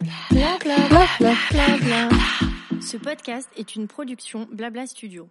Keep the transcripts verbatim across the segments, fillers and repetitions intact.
Bla bla bla bla bla bla. Ce podcast est une production Blabla Studio.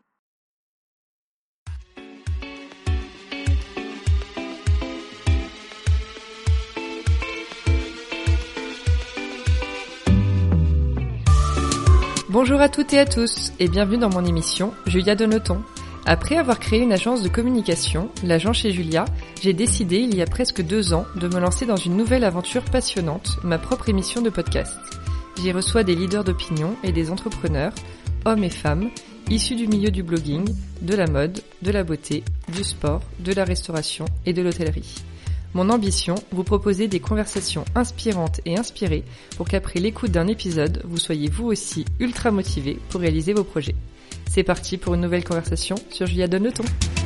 Bonjour à toutes et à tous et bienvenue dans mon émission Julia Donoton. Après avoir créé une agence de communication, l'agent chez Julia, j'ai décidé il y a presque deux ans de me lancer dans une nouvelle aventure passionnante, ma propre émission de podcast. J'y reçois des leaders d'opinion et des entrepreneurs, hommes et femmes, issus du milieu du blogging, de la mode, de la beauté, du sport, de la restauration et de l'hôtellerie. Mon ambition, vous proposer des conversations inspirantes et inspirées pour qu'après l'écoute d'un épisode, vous soyez vous aussi ultra motivés pour réaliser vos projets. C'est parti pour une nouvelle conversation sur Julia Donne le ton.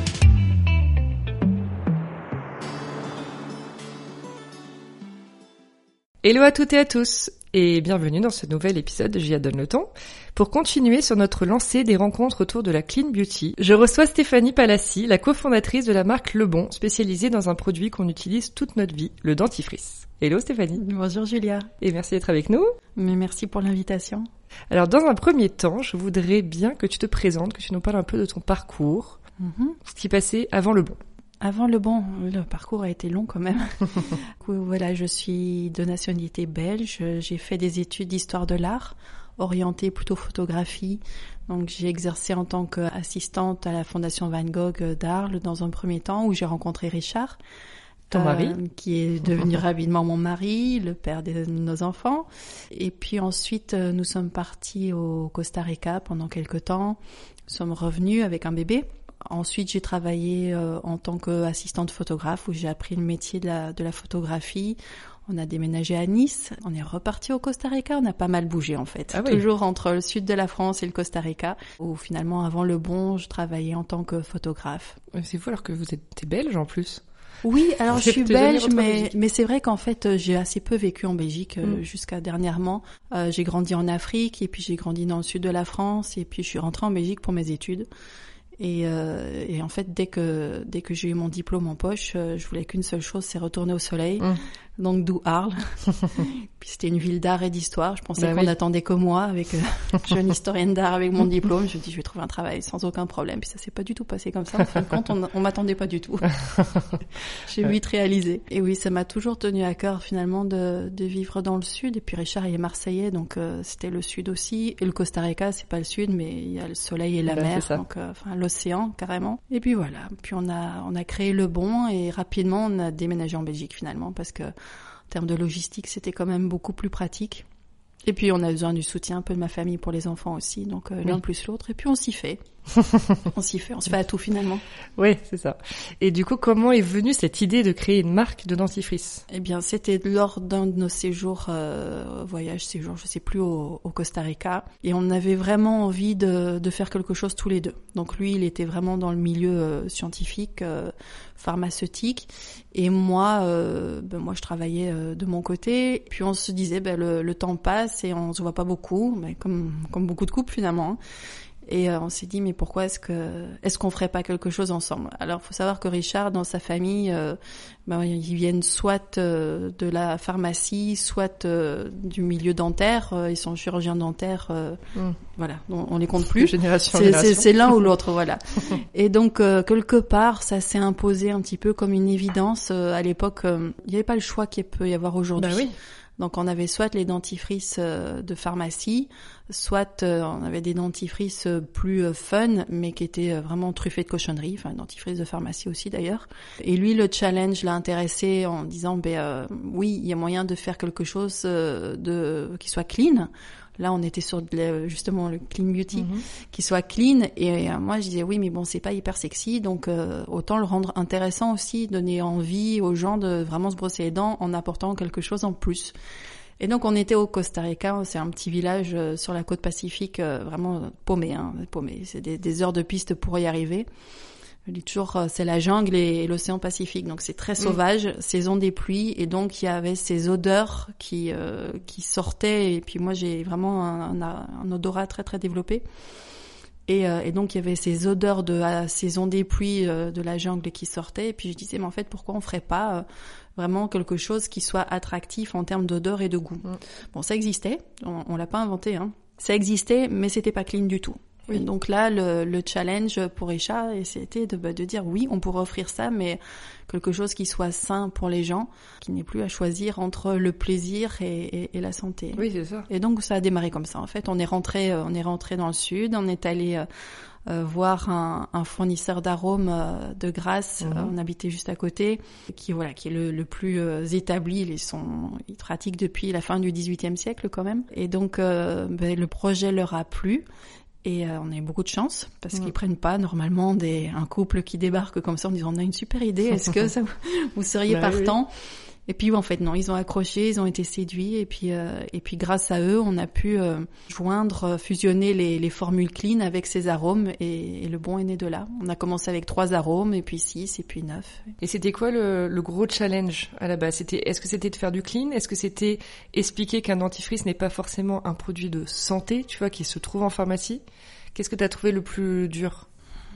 Hello à toutes et à tous et bienvenue dans ce nouvel épisode de Julia Donne le ton. Pour continuer sur notre lancée des rencontres autour de la Clean Beauty, je reçois Stéphanie Palassi, la cofondatrice de la marque Le Bon, spécialisée dans un produit qu'on utilise toute notre vie, le dentifrice. Hello Stéphanie. Bonjour Julia. Et merci d'être avec nous. Mais merci pour l'invitation. Alors dans un premier temps, je voudrais bien que tu te présentes, que tu nous parles un peu de ton parcours, mm-hmm. ce qui passait avant Le Bon. Avant Le Bon, le parcours a été long quand même. Voilà, je suis de nationalité belge, j'ai fait des études d'histoire de l'art, orientée plutôt photographie. Donc j'ai exercé en tant qu'assistante à la Fondation Van Gogh d'Arles dans un premier temps où j'ai rencontré Richard. Ton mari euh, qui est devenu rapidement mon mari, le père de nos enfants. Et puis ensuite, euh, nous sommes partis au Costa Rica pendant quelques temps. Nous sommes revenus avec un bébé. Ensuite, j'ai travaillé euh, en tant qu'assistante photographe où j'ai appris le métier de la, de la photographie. On a déménagé à Nice, on est reparti au Costa Rica, on a pas mal bougé en fait. Ah oui. Toujours entre le sud de la France et le Costa Rica, où finalement avant Le Bon, je travaillais en tant que photographe. C'est fou alors que vous êtes t'es belge en plus. Oui, alors je suis belge, mais, mais c'est vrai qu'en fait, j'ai assez peu vécu en Belgique euh, mm. jusqu'à dernièrement. Euh, j'ai grandi en Afrique et puis j'ai grandi dans le sud de la France et puis je suis rentrée en Belgique pour mes études. Et, euh, et en fait, dès que dès que j'ai eu mon diplôme en poche, euh, je voulais qu'une seule chose, c'est retourner au soleil. Mm. Donc d'où Arles. Puis c'était une ville d'art et d'histoire. Je pensais bah qu'on oui. attendait que moi, avec euh, jeune historienne d'art avec mon diplôme. Je me dis, je vais trouver un travail sans aucun problème. Puis ça s'est pas du tout passé comme ça. En fin de compte, on, on m'attendait pas du tout. J'ai ouais. vite réalisé. Et oui, ça m'a toujours tenu à cœur finalement de de vivre dans le sud. Et puis Richard il est marseillais, donc euh, c'était le sud aussi. Et le Costa Rica, c'est pas le sud, mais il y a le soleil et la bah, mer, donc euh, enfin l'océan carrément. Et puis voilà. Puis on a on a créé Le Bon et rapidement on a déménagé en Belgique finalement parce que en termes de logistique, c'était quand même beaucoup plus pratique. Et puis, on a besoin du soutien un peu de ma famille pour les enfants aussi. Donc, euh, oui. l'un plus l'autre. Et puis, on s'y fait. on s'y fait. On se fait à tout, finalement. Oui, c'est ça. Et du coup, comment est venue cette idée de créer une marque de dentifrice ? Eh bien, c'était lors d'un de nos séjours, euh, voyage, séjour, je sais plus, au, au Costa Rica. Et on avait vraiment envie de, de faire quelque chose tous les deux. Donc, lui, il était vraiment dans le milieu euh, scientifique, euh, pharmaceutique. Et moi, euh, ben, moi, je travaillais euh, de mon côté. Puis, on se disait, ben, le, le temps passe et on se voit pas beaucoup, mais comme comme beaucoup de couples finalement. Hein. Et euh, on s'est dit mais pourquoi est-ce que est-ce qu'on ferait pas quelque chose ensemble ? Alors faut savoir que Richard dans sa famille, euh, ben, ils viennent soit euh, de la pharmacie, soit euh, du milieu dentaire. Euh, ils sont chirurgiens dentaires. Euh, mm. Voilà, on, on les compte plus. Génération, c'est, génération. c'est, c'est l'un ou l'autre, voilà. Et donc euh, quelque part ça s'est imposé un petit peu comme une évidence. Euh, à l'époque, euh, il n'y avait pas le choix qu'il peut y avoir aujourd'hui. Bah oui. Donc on avait soit les dentifrices de pharmacie, soit on avait des dentifrices plus fun, mais qui étaient vraiment truffés de cochonneries, enfin dentifrice de pharmacie aussi d'ailleurs. Et lui, le challenge l'a intéressé en disant, ben euh, oui, il y a moyen de faire quelque chose de qui soit clean. Là, on était sur le, justement le clean beauty, mm-hmm. qui soit clean. Et euh, moi, je disais oui, mais bon, c'est pas hyper sexy, donc euh, autant le rendre intéressant aussi, donner envie aux gens de vraiment se brosser les dents en apportant quelque chose en plus. Et donc, on était au Costa Rica, c'est un petit village euh, sur la côte pacifique, euh, vraiment paumé, hein, paumé. C'est des, des heures de piste pour y arriver. Je dis toujours, c'est la jungle et l'océan Pacifique, donc c'est très sauvage, mmh. saison des pluies, et donc il y avait ces odeurs qui euh, qui sortaient, et puis moi j'ai vraiment un, un, un odorat très très développé. Et, euh, et donc il y avait ces odeurs de la saison des pluies euh, de la jungle qui sortaient. Et puis je disais mais en fait pourquoi on ferait pas euh, vraiment quelque chose qui soit attractif en termes d'odeur et de goût. Mmh. Bon, ça existait, on, on l'a pas inventé, hein. Ça existait, mais c'était pas clean du tout. Oui. Donc là, le, le challenge pour Echa, c'était de, bah, de dire oui, on pourrait offrir ça, mais quelque chose qui soit sain pour les gens, qui n'ait plus à choisir entre le plaisir et, et, et la santé. Oui, c'est ça. Et donc ça a démarré comme ça. En fait, on est rentré, on est rentré dans le sud, on est allé euh, euh, voir un, un fournisseur d'arômes euh, de Grasse. Mmh. Euh, on habitait juste à côté, qui voilà, qui est le, le plus euh, établi. Ils sont, ils pratiquent depuis la fin du dix-huitième siècle quand même. Et donc euh, ben, le projet leur a plu. Et euh, on a eu beaucoup de chance parce mmh. qu'ils prennent pas normalement des un couple qui débarque comme ça en disant on a une super idée, est-ce que ça vous seriez bah, partant oui. Et puis en fait non, ils ont accroché, ils ont été séduits et puis euh, et puis grâce à eux, on a pu euh, joindre, fusionner les les formules clean avec ces arômes et, et le bon est né de là. On a commencé avec trois arômes et puis six et puis neuf. Et c'était quoi le le gros challenge à la base? C'était est-ce que c'était de faire du clean? Est-ce que c'était expliquer qu'un dentifrice n'est pas forcément un produit de santé, tu vois, qui se trouve en pharmacie? Qu'est-ce que tu as trouvé le plus dur?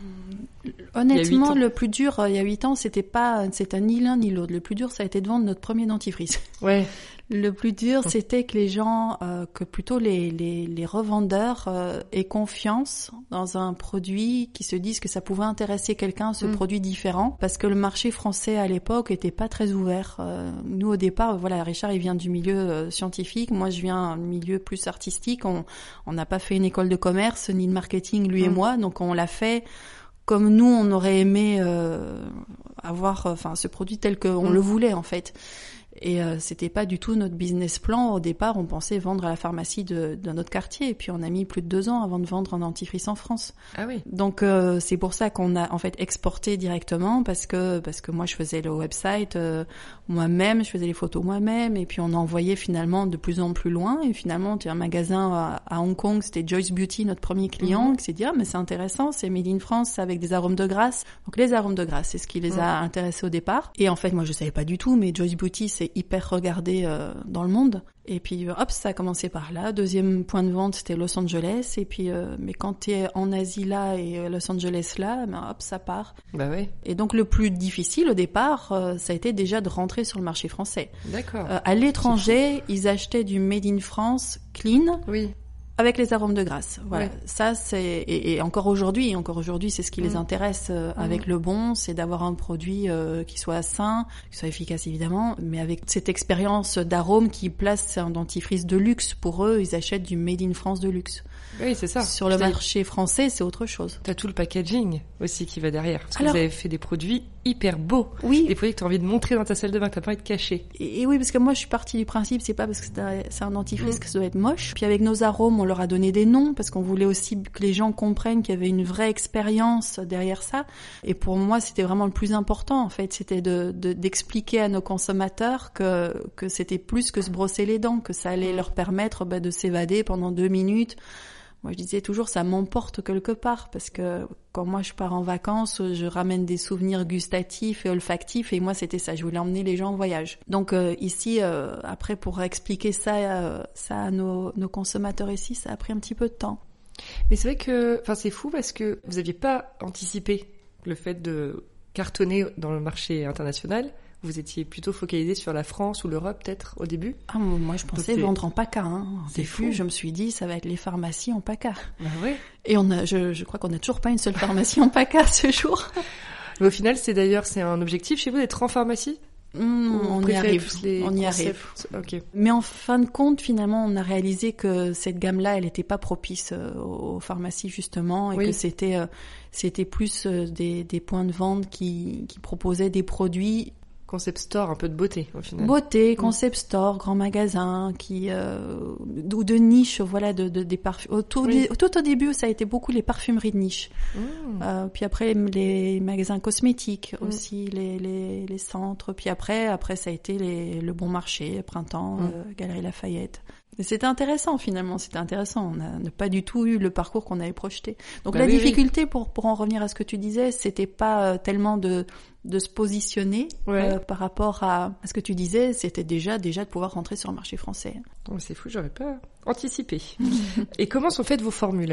Honnêtement, le plus dur, il y a huit ans, c'était pas, c'était ni l'un ni l'autre. Le plus dur, ça a été de vendre notre premier dentifrice. Ouais. Le plus dur, c'était que les gens, euh, que plutôt les, les, les revendeurs euh, aient confiance dans un produit, qui se disent que ça pouvait intéresser quelqu'un, ce mmh. produit différent, parce que le marché français à l'époque était pas très ouvert. Euh, nous, au départ, voilà, Richard, il vient du milieu euh, scientifique, moi, je viens du milieu plus artistique. On on n'a pas fait une école de commerce ni de marketing, lui mmh. et moi, donc on l'a fait comme nous, on aurait aimé euh, avoir, enfin, ce produit tel qu'on mmh. le voulait en fait. Et euh, c'était pas du tout notre business plan. Au départ, on pensait vendre à la pharmacie de, de notre quartier. Et puis, on a mis plus de deux ans avant de vendre un dentifrice en France. Ah oui. Donc, euh, c'est pour ça qu'on a en fait exporté directement parce que parce que moi, je faisais le website euh, moi-même, je faisais les photos moi-même. Et puis, on envoyait finalement de plus en plus loin. Et finalement, tu as un magasin à, à Hong Kong, c'était Joyce Beauty, notre premier client, mmh. qui s'est dit ah mais c'est intéressant, c'est made in France, c'est avec des arômes de Grasse. Donc, les arômes de Grasse, c'est ce qui les mmh. a intéressés au départ. Et en fait, moi, je savais pas du tout, mais Joyce Beauty, c'est hyper regardé euh, dans le monde. Et puis hop, ça a commencé par là. Deuxième point de vente, c'était Los Angeles. Et puis, euh, mais quand t'es en Asie là et Los Angeles là, ben hop, ça part. Bah oui. Et donc le plus difficile au départ, euh, ça a été déjà de rentrer sur le marché français. D'accord. Euh, à l'étranger, ils achetaient du made in France clean. Oui. Avec les arômes de Grasse, voilà. Ouais. Ça c'est et, et encore aujourd'hui, encore aujourd'hui, c'est ce qui mmh. les intéresse euh, mmh. avec le bon, c'est d'avoir un produit euh, qui soit sain, qui soit efficace évidemment, mais avec cette expérience d'arôme qui place un dentifrice de luxe. Pour eux, ils achètent du made in France de luxe. Oui, c'est ça. Sur le T'as... marché français, c'est autre chose. T'as tout le packaging aussi qui va derrière. Parce Alors... que vous avez fait des produits hyper beaux. Oui. Des produits que t'as envie de montrer dans ta salle de bain, que t'as pas envie de cacher. Et, et oui, parce que moi, je suis partie du principe, c'est pas parce que c'est un dentifrice mmh. que ça doit être moche. Puis avec nos arômes, on leur a donné des noms parce qu'on voulait aussi que les gens comprennent qu'il y avait une vraie expérience derrière ça. Et pour moi, c'était vraiment le plus important, en fait. C'était de, de, d'expliquer à nos consommateurs que, que c'était plus que se brosser les dents, que ça allait leur permettre bah, de s'évader pendant deux minutes. Moi, je disais toujours, ça m'emporte quelque part, parce que quand moi je pars en vacances, je ramène des souvenirs gustatifs et olfactifs, et moi c'était ça, je voulais emmener les gens en voyage. Donc euh, ici, euh, après pour expliquer ça, euh, ça à nos, nos consommateurs ici, ça a pris un petit peu de temps. Mais c'est vrai que, enfin c'est fou parce que vous aviez pas anticipé le fait de cartonner dans le marché international. Vous étiez plutôt focalisé sur la France ou l'Europe, peut-être, au début? Ah, moi, je pensais Donc, vendre en P A C A. Hein. C'est fou. Je me suis dit, ça va être les pharmacies en P A C A. Bah oui. Et on a, je, je crois qu'on n'a toujours pas une seule pharmacie en P A C A ce jour. Mais au final, c'est d'ailleurs, c'est un objectif chez vous d'être en pharmacie? Mmh, on y arrive. On y arrive. Okay. Mais en fin de compte, finalement, on a réalisé que cette gamme-là, elle n'était pas propice euh, aux pharmacies justement, et oui. que c'était, euh, c'était plus euh, des, des points de vente qui, qui proposaient des produits. Concept store, un peu de beauté au final. Beauté, concept mmh. store, grand magasin, qui euh, ou de niche, voilà, de, de des parfums. Au tout, oui. tout au début, ça a été beaucoup les parfumeries de niche. Mmh. Euh, puis après les magasins cosmétiques mmh. aussi, les, les les centres. Puis après, après ça a été les le Bon Marché, Printemps, mmh. euh, Galerie Lafayette. Et c'était intéressant finalement, c'était intéressant. On n'a pas du tout eu le parcours qu'on avait projeté. Donc bah la oui, difficulté, oui. pour pour en revenir à ce que tu disais, c'était pas tellement de de se positionner ouais. euh, par rapport à, à ce que tu disais, c'était déjà déjà de pouvoir rentrer sur le marché français. Oh, c'est fou, j'aurais pas anticipé. Et comment sont faites vos formules alors?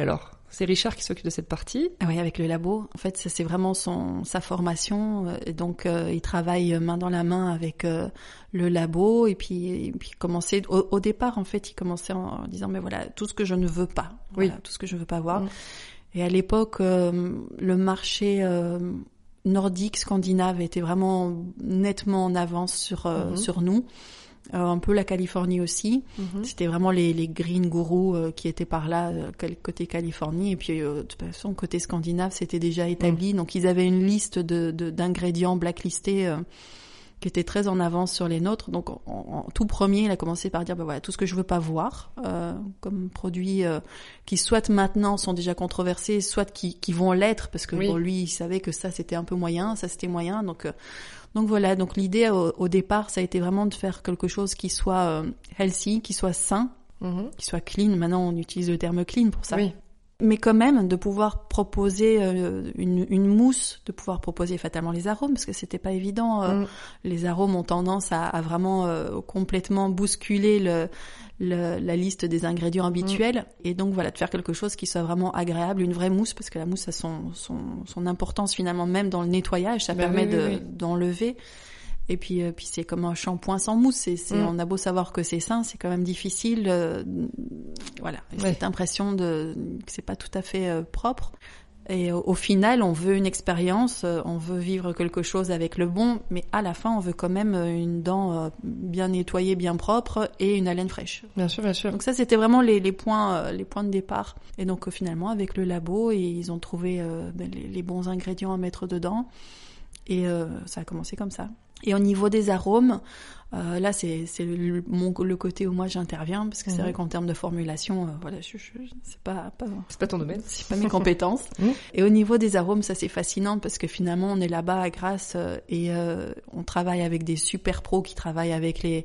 C'est Richard qui s'occupe de cette partie. Ah oui, avec le labo. En fait, ça, c'est vraiment son, sa formation. Et donc, euh, il travaille main dans la main avec euh, le labo. Et puis, et puis commencer, au, au départ, en fait, il commençait en, en disant, mais voilà, tout ce que je ne veux pas. Voilà, oui. Tout ce que je ne veux pas voir. Mmh. Et à l'époque, euh, le marché euh, nordique, scandinave était vraiment nettement en avance sur, euh, mmh. sur nous. Euh, un peu la Californie aussi. Mm-hmm. C'était vraiment les, les green gurus euh, qui étaient par là, euh, côté Californie. Et puis, euh, de toute façon, côté scandinave, c'était déjà établi. Mm. Donc, ils avaient une liste de, de, d'ingrédients blacklistés euh, qui était très en avance sur les nôtres. Donc, en, en tout premier, il a commencé par dire, bah voilà, tout ce que je veux pas voir euh, comme produits euh, qui soit maintenant sont déjà controversés, soit qui, qui vont l'être, parce que oui. bon, lui, il savait que ça, c'était un peu moyen, ça, c'était moyen. Donc, euh, Donc voilà, donc l'idée au, au départ, ça a été vraiment de faire quelque chose qui soit euh, healthy, qui soit sain, mm-hmm. qui soit clean. Maintenant, on utilise le terme clean pour ça. Oui. Mais quand même, de pouvoir proposer euh, une, une mousse, de pouvoir proposer fatalement les arômes, parce que c'était pas évident. Euh, mm. Les arômes ont tendance à, à vraiment euh, complètement bousculer le, le, la liste des ingrédients habituels. Mm. Et donc voilà, de faire quelque chose qui soit vraiment agréable, une vraie mousse, parce que la mousse a son, son, son importance finalement même dans le nettoyage, ça ben permet oui, oui, de, oui. d'enlever. Et puis, euh, puis c'est comme un shampoing sans mousse. C'est, c'est, mm. On a beau savoir que c'est sain, c'est quand même difficile. Euh, voilà, ouais. Cette impression de que c'est pas tout à fait euh, propre. Et au, au final, on veut une expérience, euh, on veut vivre quelque chose avec le bon, mais à la fin, on veut quand même une dent euh, bien nettoyée, bien propre et une haleine fraîche. Bien sûr, bien sûr. Donc ça, c'était vraiment les, les points, euh, les points de départ. Et donc euh, finalement, avec le labo, ils ont trouvé euh, ben, les, les bons ingrédients à mettre dedans. Et euh, ça a commencé comme ça. Et au niveau des arômes, euh, là c'est c'est le, mon, le côté où moi j'interviens, parce que mmh. c'est vrai qu'en termes de formulation, euh, voilà, je, je, c'est pas, pas c'est pas ton domaine, c'est pas mes compétences. Mmh. Et au niveau des arômes, ça c'est fascinant parce que finalement on est là-bas à Grasse euh, et euh, on travaille avec des super pros qui travaillent avec les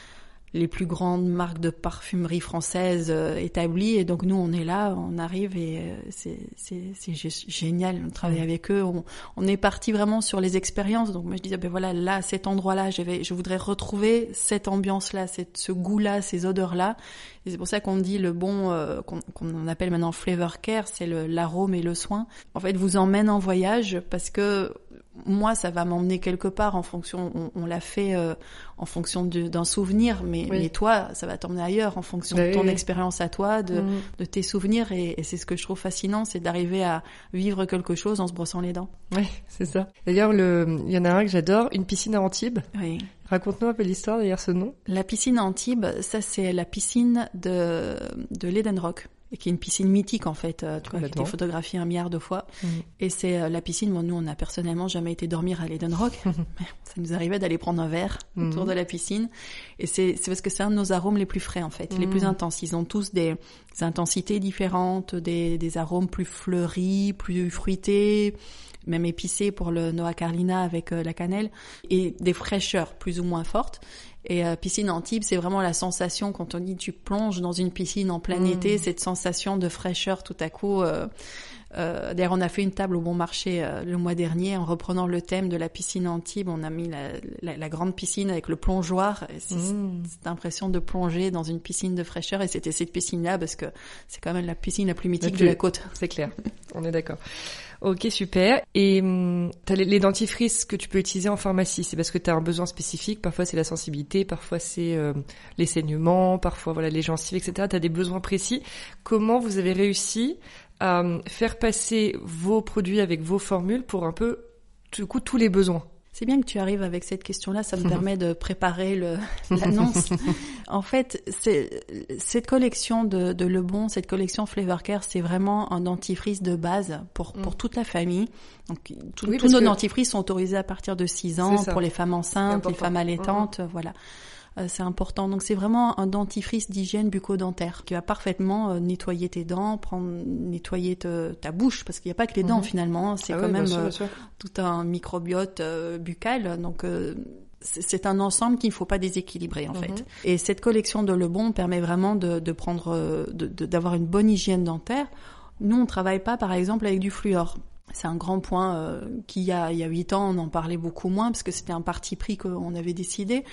les plus grandes marques de parfumerie françaises euh, établies, et donc nous on est là, on arrive et euh, c'est c'est c'est g- génial, on travaille mmh. avec eux, on, on est parti vraiment sur les expériences. Donc moi je disais ben voilà, là à cet endroit-là, je vais je voudrais retrouver cette ambiance-là, cette ce goût-là, ces odeurs-là. Et c'est pour ça qu'on dit le bon euh, qu'on qu'on appelle maintenant flavor care, c'est le l'arôme et le soin. En fait, vous emmène en voyage parce que moi, ça va m'emmener quelque part en fonction, on, on l'a fait euh, en fonction de, d'un souvenir, mais, oui. mais toi, ça va t'emmener ailleurs en fonction bah de ton oui, expérience à toi, de, mmh. de tes souvenirs, et, et c'est ce que je trouve fascinant, c'est d'arriver à vivre quelque chose en se brossant les dents. Oui, c'est ça. D'ailleurs, le, il y en a un que j'adore, une piscine à Antibes. Oui. Raconte-nous un peu l'histoire derrière ce nom. La piscine à Antibes, ça c'est la piscine de, de l'Eden Rock, et qui est une piscine mythique en fait, euh, tu vois, qui a été photographiée un milliard de fois. Mmh. Et c'est euh, la piscine, bon, nous on n'a personnellement jamais été dormir à l'Eden Rock, mais ça nous arrivait d'aller prendre un verre mmh. autour de la piscine. Et c'est, c'est parce que c'est un de nos arômes les plus frais en fait, mmh. les plus intenses. Ils ont tous des, des intensités différentes, des, des arômes plus fleuris, plus fruités, même épicé pour le Noa Carlina avec euh, la cannelle, et des fraîcheurs plus ou moins fortes. Et euh, piscine Antibes, c'est vraiment la sensation quand on dit tu plonges dans une piscine en plein mmh. été, cette sensation de fraîcheur tout à coup. Euh, euh, d'ailleurs, on a fait une table au Bon Marché euh, le mois dernier en reprenant le thème de la piscine Antibes. On a mis la, la, la grande piscine avec le plongeoir. Et c'est, mmh. cette impression de plonger dans une piscine de fraîcheur. Et c'était cette piscine-là parce que c'est quand même la piscine la plus mythique de la côte. C'est clair, on est d'accord. Ok, super. Et hum, t'as les, les dentifrices que tu peux utiliser en pharmacie, c'est parce que t'as un besoin spécifique. Parfois c'est la sensibilité, parfois c'est euh, les saignements, parfois voilà les gencives, et cetera. T'as des besoins précis. Comment vous avez réussi à euh, faire passer vos produits avec vos formules pour un peu, du coup, tous les besoins? C'est bien que tu arrives avec cette question-là, ça me permet de préparer le, l'annonce. En fait, c'est, cette collection de, de Le Bon, cette collection Flavor Care, c'est vraiment un dentifrice de base pour, pour toute la famille. Donc, tout, oui, tous nos que... dentifrices sont autorisés à partir de six ans pour les femmes enceintes, les femmes allaitantes, mmh. voilà. Euh, c'est important. Donc c'est vraiment un dentifrice d'hygiène bucco-dentaire qui va parfaitement euh, nettoyer tes dents, prendre, nettoyer te, ta bouche, parce qu'il n'y a pas que les dents mmh. finalement, c'est ah quand oui, même sûr, euh, tout un microbiote euh, buccal. Donc euh, c'est, c'est un ensemble qu'il ne faut pas déséquilibrer en mmh. fait. Et cette collection de Le Bon permet vraiment de, de prendre, de, de, d'avoir une bonne hygiène dentaire. Nous on travaille pas par exemple avec du fluor. C'est un grand point euh, qu'il y a il y a huit ans, on en parlait beaucoup moins parce que c'était un parti pris qu'on avait décidé.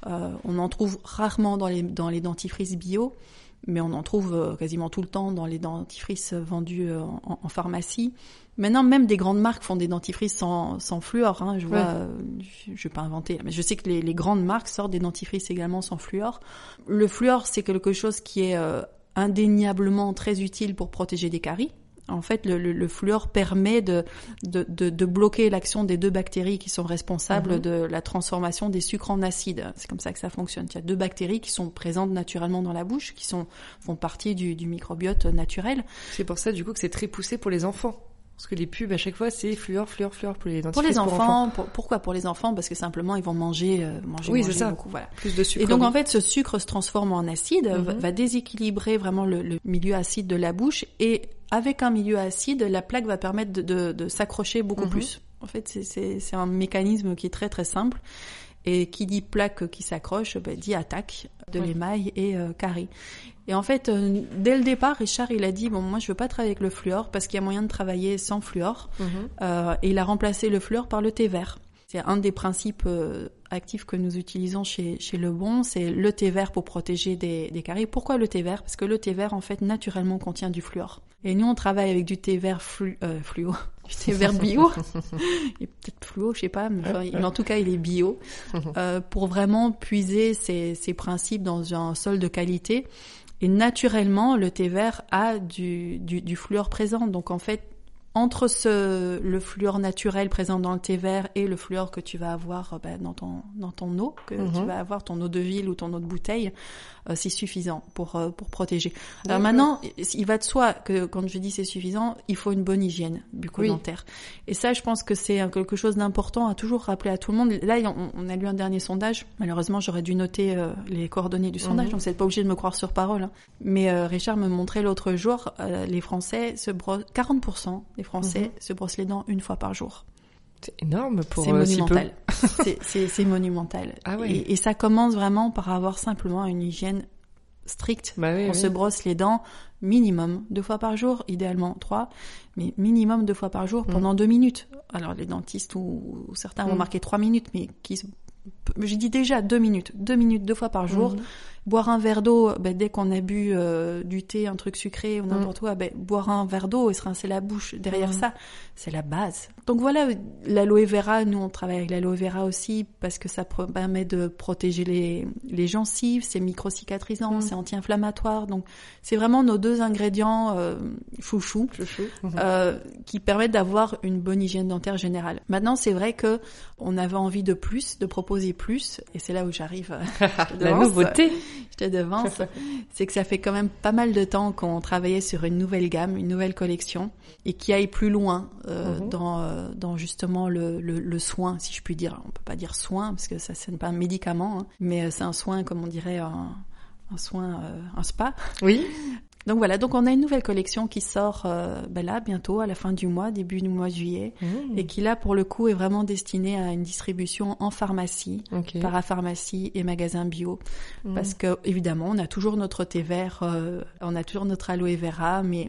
Euh, on en trouve rarement dans les, dans les dentifrices bio, mais on en trouve euh, quasiment tout le temps dans les dentifrices vendus euh, en, en pharmacie. Maintenant, même des grandes marques font des dentifrices sans, sans fluor. Hein. Je vois, ouais. euh, je, je vais pas inventer, mais je sais que les, les grandes marques sortent des dentifrices également sans fluor. Le fluor, c'est quelque chose qui est euh, indéniablement très utile pour protéger des caries. En fait, le, le, le fluor permet de, de, de, de bloquer l'action des deux bactéries qui sont responsables mmh. de la transformation des sucres en acide. C'est comme ça que ça fonctionne. Il y a deux bactéries qui sont présentes naturellement dans la bouche, qui sont, font partie du, du microbiote naturel. C'est pour ça, du coup, que c'est très poussé pour les enfants. Parce que les pubs, à chaque fois, c'est fluor, fluor, fluor pour les dentifrices. Pour les enfants, pour enfants. Pour, pourquoi pour les enfants? Parce que simplement, ils vont manger, euh, manger, oui, manger c'est ça. beaucoup. Voilà. Plus de sucre. Et donc, en fait, ce sucre se transforme en acide, mm-hmm. va, va déséquilibrer vraiment le, le milieu acide de la bouche. Et avec un milieu acide, la plaque va permettre de, de, de s'accrocher beaucoup mm-hmm. plus. En fait, c'est, c'est, c'est un mécanisme qui est très, très simple. Et qui dit plaque qui s'accroche, ben, dit attaque de oui. l'émail et euh, carie. Et en fait, euh, dès le départ, Richard, il a dit, bon, moi, je veux pas travailler avec le fluor parce qu'il y a moyen de travailler sans fluor. Mm-hmm. Euh, et il a remplacé le fluor par le thé vert. C'est un des principes euh, actifs que nous utilisons chez, chez Lebon, c'est le thé vert pour protéger des, des caries. Pourquoi le thé vert? Parce que le thé vert, en fait, naturellement contient du fluor. Et nous, on travaille avec du thé vert flu, euh, fluo, du thé vert bio. Il est peut-être fluo, je sais pas, mais, enfin, mais en tout cas, il est bio, euh, pour vraiment puiser ces, ces principes dans un sol de qualité. Et naturellement, le thé vert a du, du, du fluor présent. Donc, en fait, entre ce, le fluor naturel présent dans le thé vert et le fluor que tu vas avoir ben, dans ton dans ton eau, que mm-hmm. tu vas avoir ton eau de ville ou ton eau de bouteille, euh, c'est suffisant pour euh, pour protéger. D'accord. Alors maintenant, il va de soi que quand je dis c'est suffisant, il faut une bonne hygiène bucco-dentaire. Oui. Et ça, je pense que c'est quelque chose d'important à toujours rappeler à tout le monde. Là, on, on a lu un dernier sondage. Malheureusement, j'aurais dû noter euh, les coordonnées du sondage, mm-hmm. donc vous n'êtes pas obligé de me croire sur parole. Hein. Mais euh, Richard me montrait l'autre jour, euh, les Français se brossent quarante pour cent des Français mmh. se brossent les dents une fois par jour. C'est énorme pour c'est euh, monumental. Si peu. c'est, c'est, c'est monumental. Ah ouais. et, et ça commence vraiment par avoir simplement une hygiène stricte. Bah oui, On oui. se brosse les dents minimum deux fois par jour, idéalement trois, mais minimum deux fois par jour pendant mmh. deux minutes. Alors les dentistes ou, ou certains mmh. vont marquer trois minutes, mais qui se... je dis déjà deux minutes, deux minutes deux fois par jour. Mmh. Boire un verre d'eau, ben, dès qu'on a bu euh, du thé, un truc sucré ou n'importe mmh. quoi, ben, boire un verre d'eau et se rincer la bouche derrière mmh. ça, c'est la base. Donc voilà, l'aloe vera, nous on travaille avec l'aloe vera aussi parce que ça permet de protéger les, les gencives, c'est micro-cicatrisant, mmh. c'est anti-inflammatoire. Donc c'est vraiment nos deux ingrédients euh, chouchou, chouchou. Mmh. Euh, qui permettent d'avoir une bonne hygiène dentaire générale. Maintenant, c'est vrai que on avait envie de plus, de proposer plus, et c'est là où j'arrive. La nouveauté. Je te devance, c'est que ça fait quand même pas mal de temps qu'on travaillait sur une nouvelle gamme, une nouvelle collection, et qui aille plus loin euh, mm-hmm. dans, euh, dans justement le, le, le soin, si je puis dire. On peut pas dire soin, parce que ça, ce n'est pas un médicament, hein, mais c'est un soin, comme on dirait, un, un soin, euh, un spa. Oui. Donc voilà, donc on a une nouvelle collection qui sort euh, ben là bientôt à la fin du mois, début du mois de juillet, mmh. et qui là pour le coup est vraiment destinée à une distribution en pharmacie, okay. parapharmacie et magasins bio, mmh. parce que évidemment on a toujours notre thé vert, euh, on a toujours notre aloe vera, mais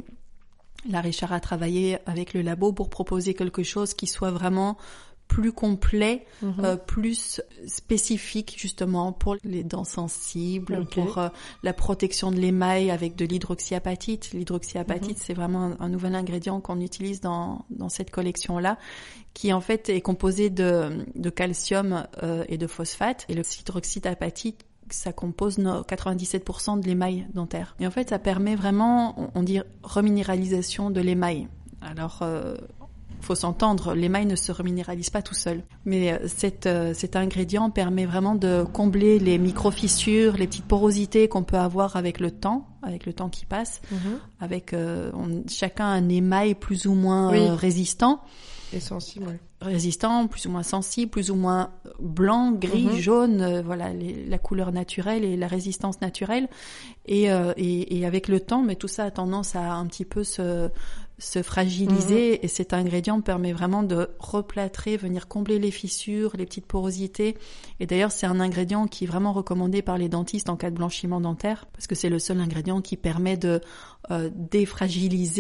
là Richard a travaillé avec le labo pour proposer quelque chose qui soit vraiment plus complet, mmh. euh, plus spécifique justement pour les dents sensibles, okay. pour euh, la protection de l'émail avec de l'hydroxyapatite. L'hydroxyapatite, mmh. c'est vraiment un, un nouvel ingrédient qu'on utilise dans dans cette collection-là, qui en fait est composé de de calcium euh, et de phosphate. Et l'hydroxyapatite, ça compose quatre-vingt-dix-sept pour cent de l'émail dentaire. Et en fait, ça permet vraiment, on, on dit, reminéralisation de l'émail. Alors euh, faut s'entendre, l'émail ne se reminéralise pas tout seul. Mais euh, cet, euh, cet ingrédient permet vraiment de combler les micro-fissures, les petites porosités qu'on peut avoir avec le temps, avec le temps qui passe, mmh. avec euh, on, chacun un émail plus ou moins oui. euh, résistant. Et sensible, oui. Résistant, plus ou moins sensible, plus ou moins blanc, gris, mmh. jaune, euh, voilà, les, la couleur naturelle et la résistance naturelle. Et, euh, et, et avec le temps, mais tout ça a tendance à un petit peu se... se fragiliser mmh. et cet ingrédient permet vraiment de replâtrer, venir combler les fissures, les petites porosités. Et d'ailleurs, c'est un ingrédient qui est vraiment recommandé par les dentistes en cas de blanchiment dentaire parce que c'est le seul ingrédient qui permet de euh, défragiliser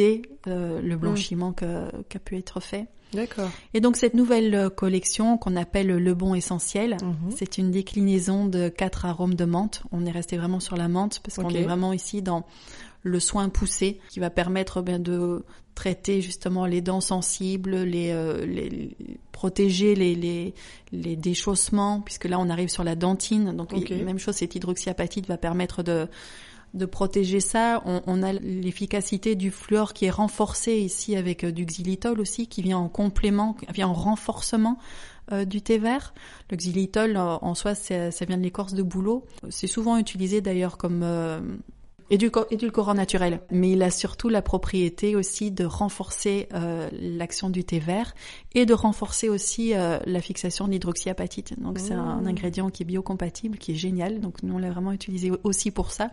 euh, le blanchiment mmh. que, qu'a pu être fait. D'accord. Et donc cette nouvelle collection qu'on appelle le Bon Essentiel, mmh. c'est une déclinaison de quatre arômes de menthe. On est resté vraiment sur la menthe parce okay. qu'on est vraiment ici dans le soin poussé qui va permettre ben, de traiter justement les dents sensibles, les, euh, les, les protéger les, les, les déchaussements, puisque là on arrive sur la dentine. Donc okay. même chose, cette hydroxyapatite va permettre de de protéger ça. On, on a l'efficacité du fluor qui est renforcée ici avec du xylitol aussi, qui vient en complément, qui vient en renforcement euh, du thé vert. Le xylitol en, en soi, c'est, ça vient de l'écorce de bouleau. C'est souvent utilisé d'ailleurs comme euh, édulcorant naturel, mais il a surtout la propriété aussi de renforcer euh, l'action du thé vert et de renforcer aussi euh, la fixation de l'hydroxyapatite. Donc mmh. c'est un, un ingrédient qui est biocompatible, qui est génial. Donc nous on l'a vraiment utilisé aussi pour ça.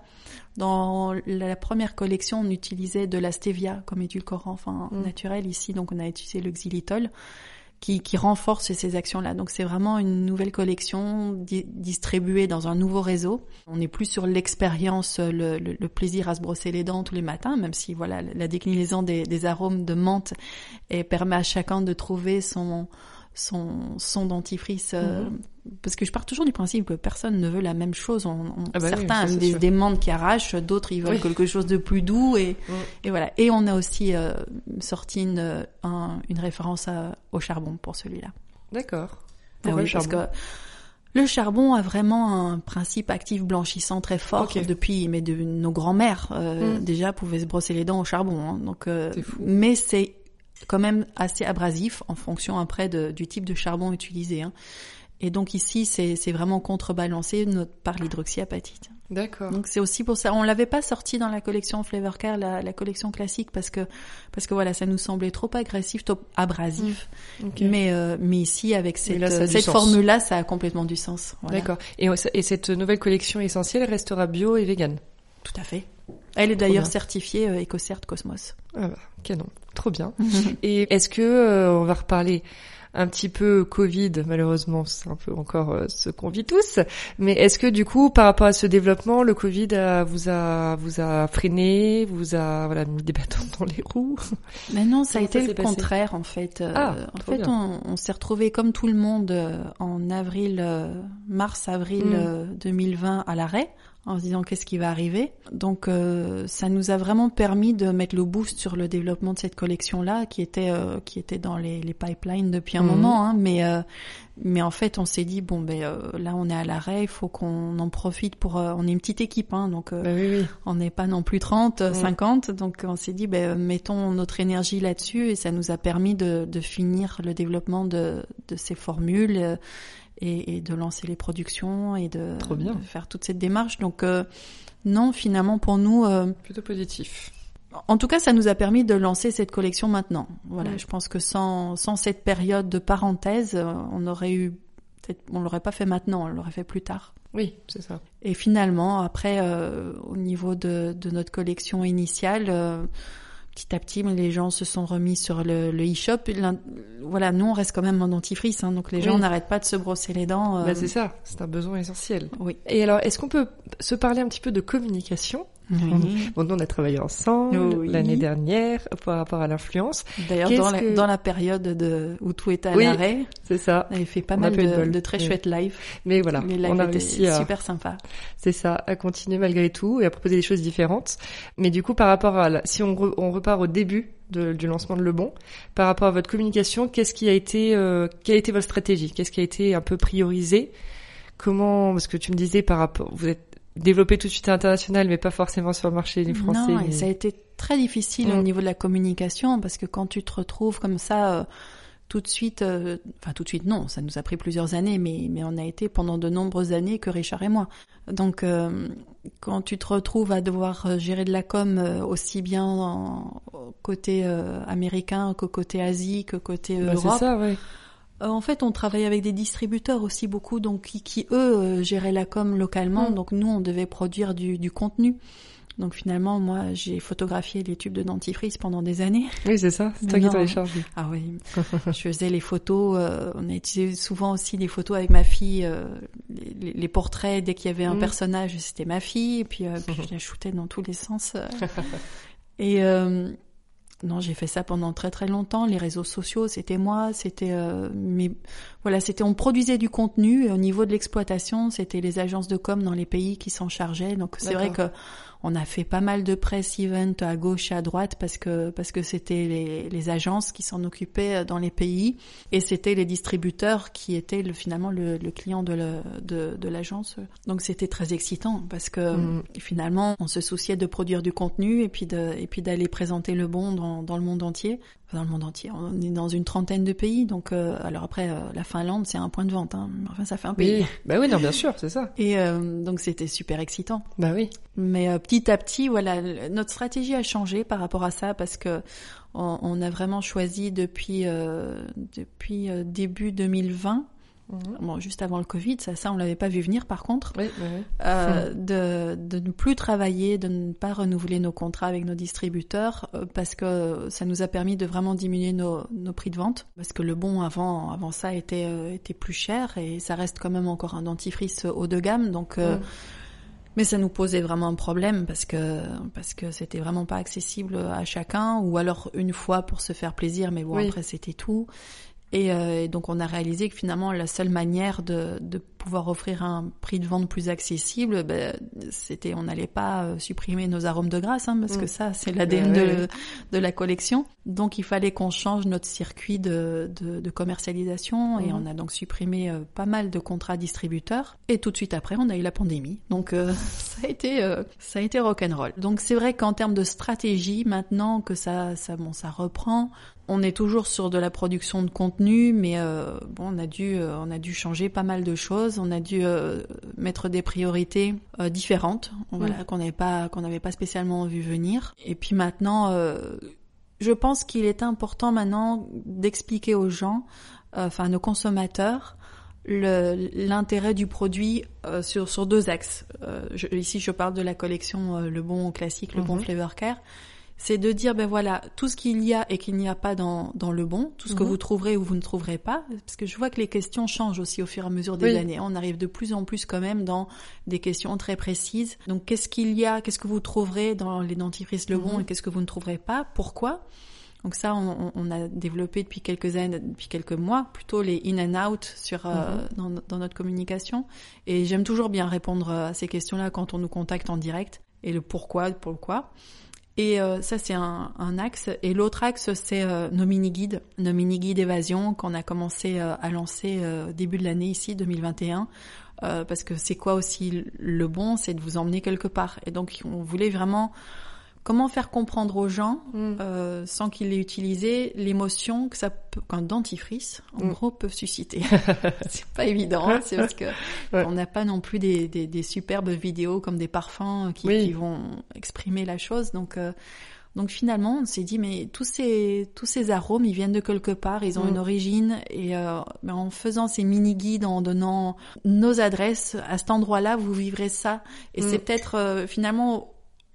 Dans la première collection, on utilisait de la stevia comme édulcorant enfin mmh. naturel. Ici, donc on a utilisé le xylitol. Qui, qui renforce ces actions-là. Donc c'est vraiment une nouvelle collection di- distribuée dans un nouveau réseau. On n'est plus sur l'expérience, le, le, le plaisir à se brosser les dents tous les matins, même si voilà la déclinaison des, des arômes de menthe et permet à chacun de trouver son son son dentifrice. Euh, mmh. Parce que je pars toujours du principe que personne ne veut la même chose. On, on, ah bah certains oui, aiment des, des menthes qui arrachent, d'autres ils veulent oui. quelque chose de plus doux et, mmh. et voilà. Et on a aussi euh, sorti une, un, une référence à, au charbon pour celui-là. D'accord. Ah oui, parce que le charbon a vraiment un principe actif blanchissant très fort okay. depuis, mais de nos grands-mères euh, mmh. déjà pouvaient se brosser les dents au charbon. Hein, donc, euh, c'est fou. Mais c'est quand même assez abrasif en fonction après de, du type de charbon utilisé. Hein. Et donc ici, c'est, c'est vraiment contrebalancé par l'hydroxyapatite. D'accord. Donc c'est aussi pour ça. On l'avait pas sorti dans la collection Flavor Care, la, la collection classique, parce que parce que voilà, ça nous semblait trop agressif, trop abrasif. Mmh. Okay. Mais euh, mais ici, avec cette là, cette formule-là, ça a complètement du sens. Voilà. D'accord. Et et cette nouvelle collection essentielle restera bio et vegan. Tout à fait. Elle est d'ailleurs certifiée euh, EcoCert Cosmos. Ah bah, canon, trop bien. Et est-ce que euh, on va reparler un petit peu Covid, malheureusement, c'est un peu encore euh, ce qu'on vit tous. Mais est-ce que du coup, par rapport à ce développement, le Covid a, vous a vous a freiné, vous a voilà mis des bâtons dans les roues? Mais non, ça a été le contraire en fait. Ah, euh, en fait, on, on s'est retrouvé comme tout le monde euh, en avril, euh, mars-avril mm. euh, deux mille vingt à l'arrêt, en se disant qu'est-ce qui va arriver. Donc euh, ça nous a vraiment permis de mettre le boost sur le développement de cette collection-là, qui était euh, qui était dans les, les pipelines depuis un mmh. moment. Hein, mais euh, mais en fait, on s'est dit bon ben euh, là on est à l'arrêt, il faut qu'on en profite pour. Euh, on est une petite équipe, hein, donc euh, bah oui, oui. on n'est pas non plus trente, mmh. cinquante. Donc on s'est dit ben mettons notre énergie là-dessus, et ça nous a permis de de finir le développement de de ces formules. Euh, Et, et de lancer les productions et de, de faire toute cette démarche. Donc euh, non, finalement pour nous euh, plutôt positif. En tout cas, ça nous a permis de lancer cette collection maintenant. Voilà, mmh. je pense que sans sans cette période de parenthèse, on aurait eu peut-être on l'aurait pas fait maintenant, on l'aurait fait plus tard. Oui, c'est ça. Et finalement, après euh, au niveau de de notre collection initiale, euh, petit à petit, les gens se sont remis sur le, le e-shop. Voilà, nous, on reste quand même en dentifrice, hein, donc les gens oui. n'arrêtent pas de se brosser les dents. Euh... Bah, c'est ça, c'est un besoin essentiel. Oui. Et alors, est-ce qu'on peut se parler un petit peu de communication ? Oui. Bon, nous, on a travaillé ensemble oui. l'année dernière par rapport à l'influence. D'ailleurs, dans la, que... dans la période de, où tout était à oui, l'arrêt, c'est ça. On avait fait pas on mal de, de, de très oui. chouettes lives. Mais voilà, les lives on a étaient réussi à... super sympas. C'est ça, à continuer malgré tout et à proposer des choses différentes. Mais du coup, par rapport à, la... si on, re... on repart au début de, du lancement de Le Bon, par rapport à votre communication, qu'est-ce qui a été, euh, quelle a été votre stratégie ? Qu'est-ce qui a été un peu priorisé ? Comment, parce que tu me disais par rapport, vous êtes développé tout de suite à l'international, mais pas forcément sur le marché du français. Non, mais... et ça a été très difficile mmh. au niveau de la communication, parce que quand tu te retrouves comme ça, euh, tout de suite, euh, enfin tout de suite non, ça nous a pris plusieurs années, mais mais on a été pendant de nombreuses années que Richard et moi. Donc euh, quand tu te retrouves à devoir gérer de la com euh, aussi bien en, côté euh, américain que côté Asie que côté euh, bah, Europe. C'est ça, ouais. En fait, on travaillait avec des distributeurs aussi beaucoup, donc qui, qui eux euh, géraient la com localement. Mmh. Donc nous, on devait produire du, du contenu. Donc finalement, moi, j'ai photographié les tubes de dentifrice pendant des années. Oui, c'est ça. C'est toi qui t'en as chargé. Ah oui. Je faisais les photos. Euh, on a utilisé souvent aussi des photos avec ma fille, euh, les, les portraits dès qu'il y avait un mmh. personnage, c'était ma fille. Et puis, euh, puis je la shootais dans tous les sens. Euh. et euh, Non, j'ai fait ça pendant très très longtemps. Les réseaux sociaux, c'était moi, c'était euh, mais voilà, c'était on produisait du contenu et au niveau de l'exploitation, c'était les agences de com dans les pays qui s'en chargeaient. Donc c'est D'accord. vrai que on a fait pas mal de press event à gauche et à droite parce que parce que c'était les, les agences qui s'en occupaient dans les pays et c'était les distributeurs qui étaient le, finalement le, le client de, le, de de l'agence. Donc c'était très excitant parce que mmh. finalement on se souciait de produire du contenu et puis de et puis d'aller présenter le bon dans dans le monde entier. Dans le monde entier, on est dans une trentaine de pays, donc euh, alors après euh, la Finlande c'est un point de vente, hein. Enfin ça fait un pays. Oui. Bah oui, non bien sûr, c'est ça. Et euh, donc c'était super excitant. Bah oui. Mais euh, petit à petit, voilà, notre stratégie a changé par rapport à ça parce que on, on a vraiment choisi depuis euh, depuis euh, début deux mille vingt. Bon, juste avant le Covid, ça, ça on l'avait pas vu venir par contre, oui, oui, oui. Euh, de, de ne plus travailler, de ne pas renouveler nos contrats avec nos distributeurs euh, parce que ça nous a permis de vraiment diminuer nos, nos prix de vente parce que le bon avant, avant ça était, euh, était plus cher et ça reste quand même encore un dentifrice haut de gamme donc. Euh, mm. Mais ça nous posait vraiment un problème parce que parce que c'était vraiment pas accessible à chacun ou alors une fois pour se faire plaisir, mais bon oui. Après c'était tout. Et, euh, et donc on a réalisé que finalement la seule manière de, de pouvoir offrir un prix de vente plus accessible, ben, c'était on n'allait pas euh, supprimer nos arômes de grâce, hein, parce mmh. que ça c'est l'A D N ouais, de, ouais. de la collection. Donc il fallait qu'on change notre circuit de, de, de commercialisation mmh. et on a donc supprimé euh, pas mal de contrats distributeurs. Et tout de suite après on a eu la pandémie. Donc euh, ça a été euh, ça a été rock'n'roll. Donc c'est vrai qu'en termes de stratégie, maintenant que ça ça bon ça reprend. On est toujours sur de la production de contenu, mais euh, bon, on a dû, euh, on a dû changer pas mal de choses. On a dû euh, mettre des priorités euh, différentes, voilà, mmh. qu'on n'avait pas, qu'on n'avait pas spécialement vu venir. Et puis maintenant, euh, je pense qu'il est important maintenant d'expliquer aux gens, euh, enfin nos consommateurs, le, l'intérêt du produit euh, sur sur deux axes. Euh, je, ici, je parle de la collection euh, Le Bon Classique, Le mmh. Bon Flavor Care. C'est de dire, ben voilà, tout ce qu'il y a et qu'il n'y a pas dans, dans le bon, tout ce mmh. que vous trouverez ou vous ne trouverez pas, parce que je vois que les questions changent aussi au fur et à mesure des oui. années. On arrive de plus en plus quand même dans des questions très précises. Donc, qu'est-ce qu'il y a, qu'est-ce que vous trouverez dans les dentifrices Le Bon mmh. et qu'est-ce que vous ne trouverez pas, pourquoi ? Donc ça, on, on a développé depuis quelques années, depuis quelques mois, plutôt les in and out sur euh, mmh. dans, dans notre communication. Et j'aime toujours bien répondre à ces questions-là quand on nous contacte en direct et le pourquoi, pourquoi. Et euh, ça, c'est un, un axe. Et l'autre axe, c'est euh, nos mini-guides, nos mini-guides évasion qu'on a commencé euh, à lancer euh, début de l'année ici, deux mille vingt et un. Euh, parce que c'est quoi aussi le bon, c'est de vous emmener quelque part. Et donc, on voulait vraiment... Comment faire comprendre aux gens, mm. euh, sans qu'ils l'aient utilisé, l'émotion que ça peut, qu'un dentifrice, en mm. gros, peut susciter. C'est pas évident, hein, c'est parce que ouais. on n'a pas non plus des, des, des superbes vidéos comme des parfums qui, oui. qui vont exprimer la chose. Donc, euh, donc finalement, on s'est dit, mais tous ces tous ces arômes, ils viennent de quelque part, ils ont mm. une origine. Et euh, ben, en faisant ces mini guides, en donnant nos adresses à cet endroit-là, vous vivrez ça. Et mm. c'est peut-être euh, finalement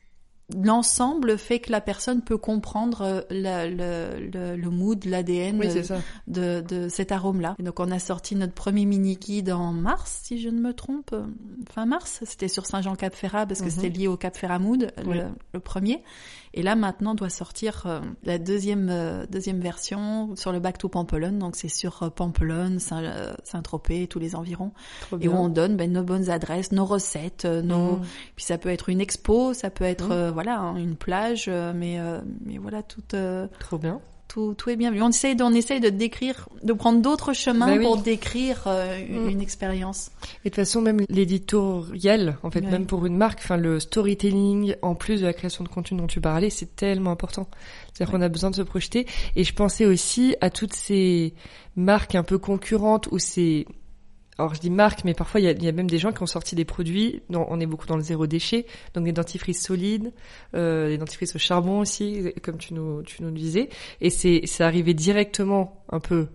l'ensemble fait que la personne peut comprendre la, le, le, le mood, l'A D N oui, c'est ça. de, de cet arôme-là. Et donc, on a sorti notre premier mini-guide en mars, si je ne me trompe. Fin mars, c'était sur Saint-Jean-Cap-Ferrat, parce que mm-hmm. c'était lié au Cap Ferramoud, oui. le, le premier. Et là, maintenant, doit sortir euh, la deuxième euh, deuxième version sur le Back to Pampelonne. Donc, c'est sur euh, Pampelonne, Saint, euh, Saint-Tropez, tous les environs. Trop et bien. Où on donne ben, nos bonnes adresses, nos recettes, euh, nos... Mm. Puis ça peut être une expo, ça peut être... Mm. Euh, voilà, hein, une plage, euh, mais, euh, mais voilà, tout... Euh, Trop bien. Tout, tout est bien vu. On essaye, de, on essaye de décrire, de prendre d'autres chemins bah oui. pour décrire euh, une, mmh. une expérience. Et de toute façon, même l'éditorial, en fait, oui. même pour une marque, enfin le storytelling, en plus de la création de contenu dont tu parlais, c'est tellement important. C'est-à-dire oui. qu'on a besoin de se projeter. Et je pensais aussi à toutes ces marques un peu concurrentes où c'est... Alors je dis marque, mais parfois il y a, il y a même des gens qui ont sorti des produits. Non, on est beaucoup dans le zéro déchet, donc des dentifrices solides, euh, des dentifrices au charbon aussi, comme tu nous tu nous disais. Et c'est c'est arrivé directement un peu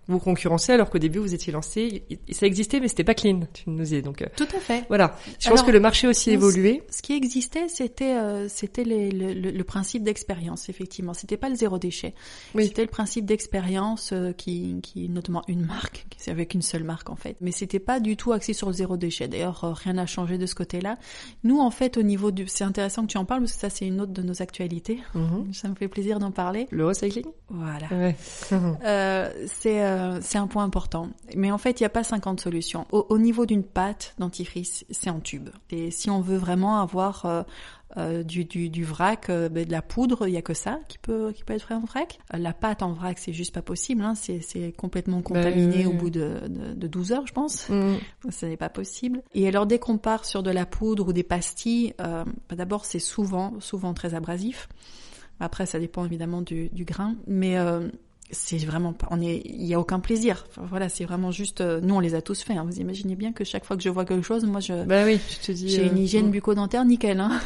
vous concurrencez alors qu'au début vous étiez lancé, ça existait mais c'était pas clean, tu nous disais. Donc euh, tout à fait. Voilà, je pense alors, que le marché aussi évolué. Ce qui existait, c'était euh, c'était les, le, le, le principe d'expérience, effectivement. C'était pas le zéro déchet. Oui. C'était le principe d'expérience euh, qui qui notamment une marque, c'est avec une seule marque en fait. Mais c'était pas du tout axé sur le zéro déchet. D'ailleurs, euh, rien n'a changé de ce côté-là. Nous en fait au niveau du, c'est intéressant que tu en parles parce que ça c'est une autre de nos actualités. Mm-hmm. Ça me fait plaisir d'en parler. Le recycling. Voilà. Ouais. euh, c'est euh, c'est un point important. Mais en fait, il n'y a pas cinquante solutions. Au, au niveau d'une pâte dentifrice, c'est en tube. Et si on veut vraiment avoir euh, euh, du, du, du vrac, euh, ben de la poudre, il n'y a que ça qui peut, qui peut être fait en vrac. Euh, la pâte en vrac, c'est juste pas possible. Hein. C'est, c'est complètement contaminé bah, oui, au oui. bout de, de, de douze heures, je pense. Mmh. Ça n'est pas possible. Et alors, dès qu'on part sur de la poudre ou des pastilles, euh, ben d'abord, c'est souvent, souvent très abrasif. Après, ça dépend évidemment du, du grain. Mais... Euh, c'est vraiment pas, on est, il y a aucun plaisir. Enfin, voilà, c'est vraiment juste, euh, nous on les a tous fait. Hein. Vous imaginez bien que chaque fois que je vois quelque chose, moi je, bah oui, je te dis, j'ai euh... une hygiène bucco-dentaire nickel. Hein.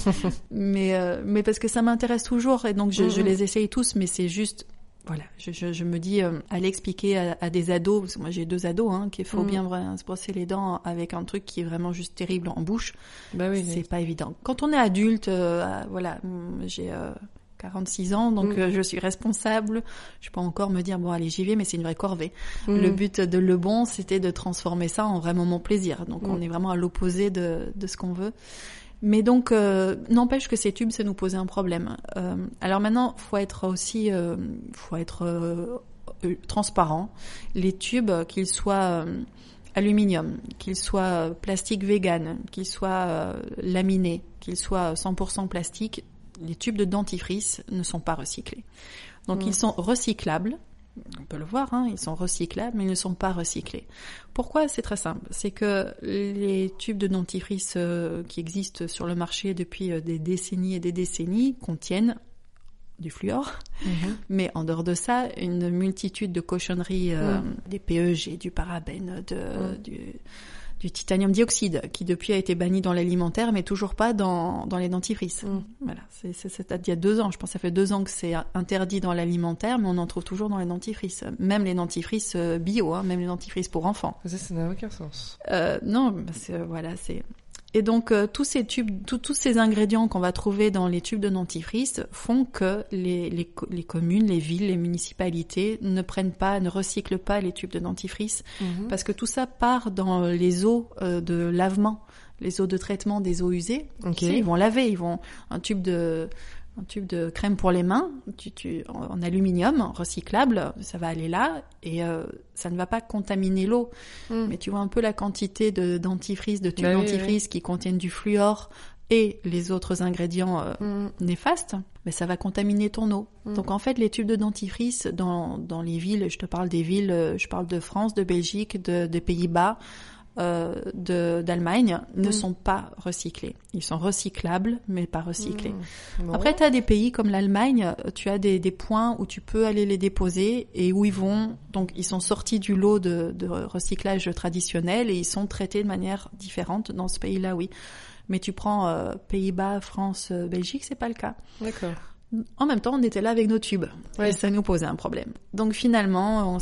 mais euh, mais parce que ça m'intéresse toujours et donc je, mm-hmm. je les essaye tous. Mais c'est juste, voilà, je je, je me dis, euh, aller expliquer à, à des ados, parce que moi j'ai deux ados, hein, qu'il faut mm. bien vraiment se brosser les dents avec un truc qui est vraiment juste terrible en bouche. Bah oui, c'est oui. pas évident. Quand on est adulte, euh, voilà, j'ai euh, quarante-six ans, donc mmh. euh, je suis responsable. Je peux encore me dire, bon allez, j'y vais, mais c'est une vraie corvée. Mmh. Le but de Le Bon, c'était de transformer ça en vraiment mon plaisir. Donc mmh. on est vraiment à l'opposé de, de ce qu'on veut. Mais donc, euh, n'empêche que ces tubes, ça nous posait un problème. Euh, alors maintenant, faut être aussi, euh, faut être euh, euh, transparent. Les tubes, qu'ils soient euh, aluminium, qu'ils soient plastique vegan, qu'ils soient euh, laminés, qu'ils soient cent pour cent plastique, les tubes de dentifrice ne sont pas recyclés. Donc mmh. ils sont recyclables, on peut le voir, hein, ils sont recyclables, mais ils ne sont pas recyclés. Pourquoi ? C'est très simple. C'est que les tubes de dentifrice euh, qui existent sur le marché depuis euh, des décennies et des décennies contiennent du fluor, mmh. mais en dehors de ça, une multitude de cochonneries, euh, mmh. des P E G, du parabène, de, mmh. du... du titanium dioxyde, qui depuis a été banni dans l'alimentaire, mais toujours pas dans, dans les dentifrices. Mmh. Voilà, c'est, c'est, c'est il y a deux ans, je pense que ça fait deux ans que c'est interdit dans l'alimentaire, mais on en trouve toujours dans les dentifrices. Même les dentifrices bio, hein, même les dentifrices pour enfants. Ça, ça n'a aucun sens. Euh, non, c'est, voilà, c'est... Et donc euh, tous ces tubes, tout, tous ces ingrédients qu'on va trouver dans les tubes de dentifrice font que les, les, les communes, les villes, les municipalités ne prennent pas, ne recyclent pas les tubes de dentifrice mmh. parce que tout ça part dans les eaux euh, de lavement, les eaux de traitement des eaux usées. Okay. Tu sais, ils vont laver, ils vont un tube de un tube de crème pour les mains, tu, tu, en, en aluminium, recyclable, ça va aller là, et euh, ça ne va pas contaminer l'eau. Mm. Mais tu vois un peu la quantité de dentifrice, de tubes bah, dentifrice oui, oui. qui contiennent du fluor et les autres ingrédients euh, mm. néfastes, mais ça va contaminer ton eau. Mm. Donc en fait, les tubes de dentifrice dans, dans les villes, je te parle des villes, je parle de France, de Belgique, de, de Pays-Bas, Euh, de, d'Allemagne ne mmh. sont pas recyclés. Ils sont recyclables, mais pas recyclés. Mmh. Bon. Après, tu as des pays comme l'Allemagne, tu as des, des points où tu peux aller les déposer et où ils vont... Donc, ils sont sortis du lot de, de recyclage traditionnel et ils sont traités de manière différente dans ce pays-là, oui. Mais tu prends euh, Pays-Bas, France, euh, Belgique, c'est pas le cas. D'accord. En même temps, on était là avec nos tubes. Ouais. Et ça nous posait un problème. Donc finalement, on,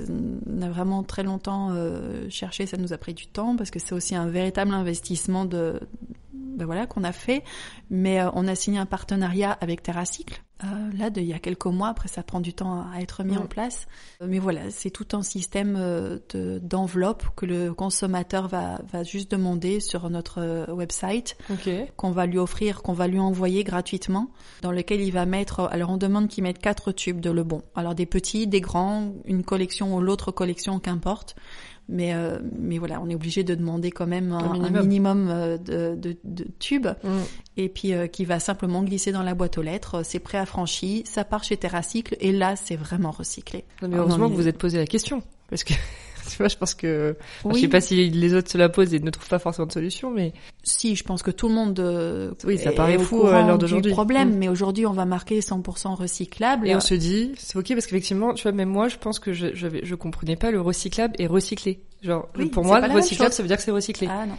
on a vraiment très longtemps euh, cherché, ça nous a pris du temps parce que c'est aussi un véritable investissement de, ben voilà, qu'on a fait. Mais euh, on a signé un partenariat avec TerraCycle. Euh, là, de, il y a quelques mois, après ça prend du temps à être mis mmh. en place. Euh, mais voilà, c'est tout un système euh, de, d'enveloppe que le consommateur va, va juste demander sur notre euh, website, okay. qu'on va lui offrir, qu'on va lui envoyer gratuitement, dans lequel il va mettre, alors on demande qu'il mette quatre tubes de Le Bon. Alors des petits, des grands, une collection ou l'autre collection, qu'importe. Mais euh, mais voilà, on est obligé de demander quand même un, un minimum, un minimum euh, de, de, de tubes mmh. et puis euh, qui va simplement glisser dans la boîte aux lettres. C'est préaffranchi, ça part chez TerraCycle et là c'est vraiment recyclé. Non, mais heureusement que vous vous êtes posé la question parce que tu vois, je pense que oui. je sais pas si les autres se la posent et ne trouvent pas forcément de solution, mais si, je pense que tout le monde euh, oui, ça paraît fou à l'heure d'aujourd'hui. Du problème, mmh. mais aujourd'hui on va marquer cent pour cent recyclable et on se dit c'est ok parce qu'effectivement, tu vois, même moi, je pense que je je, je comprenais pas le recyclable et recyclé. Genre oui, pour moi, le recyclable, ça veut dire que c'est recyclé. Ah non.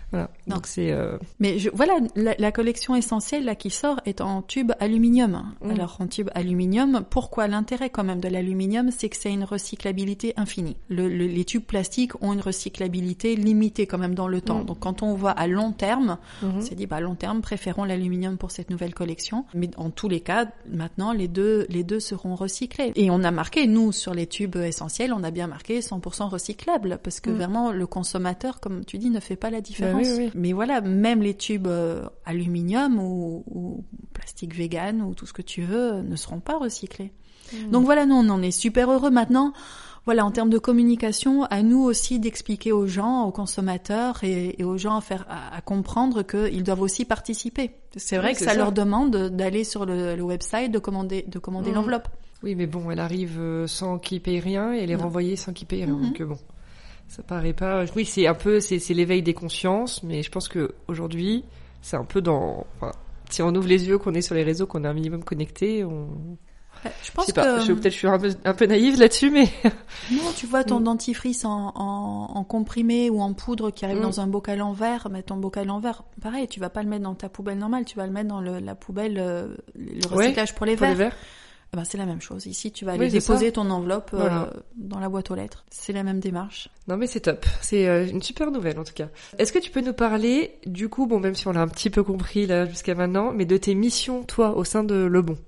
Voilà. Non. Donc c'est. Euh... Mais je, voilà, la, la collection essentielle là qui sort est en tube aluminium. Mmh. Alors en tube aluminium, pourquoi l'intérêt quand même de l'aluminium, c'est que c'est une recyclabilité infinie. Le, le, les tubes plastiques ont une recyclabilité limitée quand même dans le temps. Mmh. Donc quand on voit à long terme, mmh. on s'est dit bah à long terme, préférons l'aluminium pour cette nouvelle collection. Mais en tous les cas, maintenant les deux les deux seront recyclés. Et on a marqué nous sur les tubes essentiels, on a bien marqué cent pour cent recyclable parce que mmh. vraiment le consommateur, comme tu dis, ne fait pas la différence. Bah oui, oui. Mais voilà, même les tubes euh, aluminium ou, ou plastique vegan ou tout ce que tu veux ne seront pas recyclés. Mmh. Donc voilà, nous on en est super heureux maintenant. Voilà, en termes de communication, à nous aussi d'expliquer aux gens, aux consommateurs et, et aux gens à faire à, à comprendre qu'ils doivent aussi participer. C'est vrai oui, que c'est ça, ça leur demande d'aller sur le, le website, de commander, de commander mmh. l'enveloppe. Oui, mais bon, elle arrive sans qu'ils payent rien et elle est non. renvoyée sans qu'ils payent rien. Mmh. Donc bon. Ça paraît pas. Oui, c'est un peu, c'est, c'est l'éveil des consciences, mais je pense que aujourd'hui, c'est un peu dans. Enfin, si on ouvre les yeux, qu'on est sur les réseaux, qu'on est un minimum connecté, on. Je pense je sais que. pas. Je, peut-être je suis un peu, un peu naïve là-dessus, mais. Non, tu vois ton dentifrice en, en, en comprimé ou en poudre qui arrive mmh. dans un bocal en verre, mais ton bocal en verre, pareil, tu vas pas le mettre dans ta poubelle normale, tu vas le mettre dans le, la poubelle, euh, le recyclage ouais, pour les pour verres. Les verres. Eh ben, c'est la même chose. Ici, tu vas aller oui, déposer ça. ton enveloppe voilà. euh, dans la boîte aux lettres. C'est la même démarche. Non, mais c'est top. C'est euh, une super nouvelle, en tout cas. Est-ce que tu peux nous parler, du coup, bon, même si on l'a un petit peu compris, là, jusqu'à maintenant, mais de tes missions, toi, au sein de Le Bon?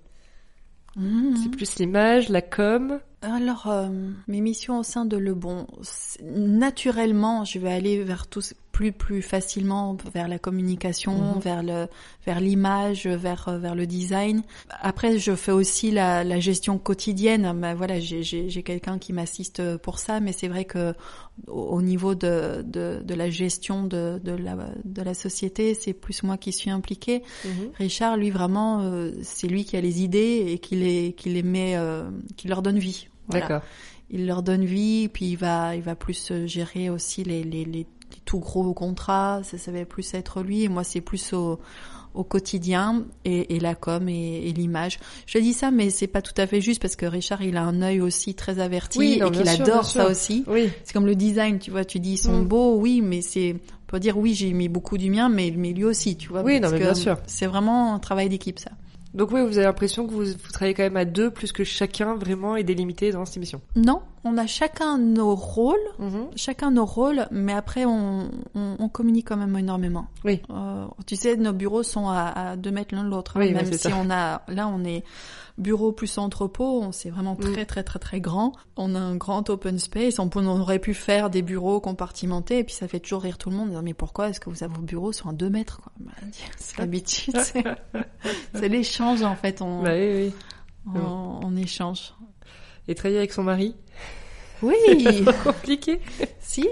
Mmh. C'est plus l'image, la com. Alors, euh, mes missions au sein de Le Bon, naturellement, je vais aller vers tout plus plus facilement vers la communication, mmh. vers le vers l'image, vers vers le design. Après, je fais aussi la, la gestion quotidienne. Ben voilà, j'ai j'ai, j'ai quelqu'un qui m'assiste pour ça, mais c'est vrai que au niveau de de, de la gestion de de la de la société, c'est plus moi qui suis impliquée. Mmh. Richard, lui, vraiment, euh, c'est lui qui a les idées et qui les qui les met, euh, qui leur donne vie. Voilà. D'accord. Il leur donne vie, puis il va, il va plus gérer aussi les, les, les, les tout gros contrats. Ça, ça va plus être lui. Et moi, c'est plus au, au quotidien et, et la com et, et l'image. Je dis ça, mais c'est pas tout à fait juste parce que Richard, il a un œil aussi très averti oui, non, et qu'il sûr, adore ça aussi. Oui. C'est comme le design, tu vois. Tu dis ils sont mmh. beaux, oui, mais c'est, on peut dire oui, j'ai mis beaucoup du mien, mais, mais lui aussi, tu vois. Oui, parce non, mais que bien sûr. C'est vraiment un travail d'équipe, ça. Donc oui, vous avez l'impression que vous, vous travaillez quand même à deux, plus que chacun vraiment est délimité dans cette émission. Non, on a chacun nos rôles, mmh. chacun nos rôles, mais après on, on, on communique quand même énormément. Oui. Euh, tu sais, nos bureaux sont à, à deux mètres l'un de l'autre, hein, oui, même si ça. on a, là on est bureau plus entrepôt, c'est vraiment très mmh. très très très grand. On a un grand open space, on, peut, on aurait pu faire des bureaux compartimentés, et puis ça fait toujours rire tout le monde, mais pourquoi est-ce que vous avez vos bureaux sur un deux mètres quoi? Bah, c'est l'habitude, c'est, c'est l'échange en fait, on, bah oui, oui. on, on, on échange. Et travailler avec son mari? Oui. C'est pas compliqué. Si.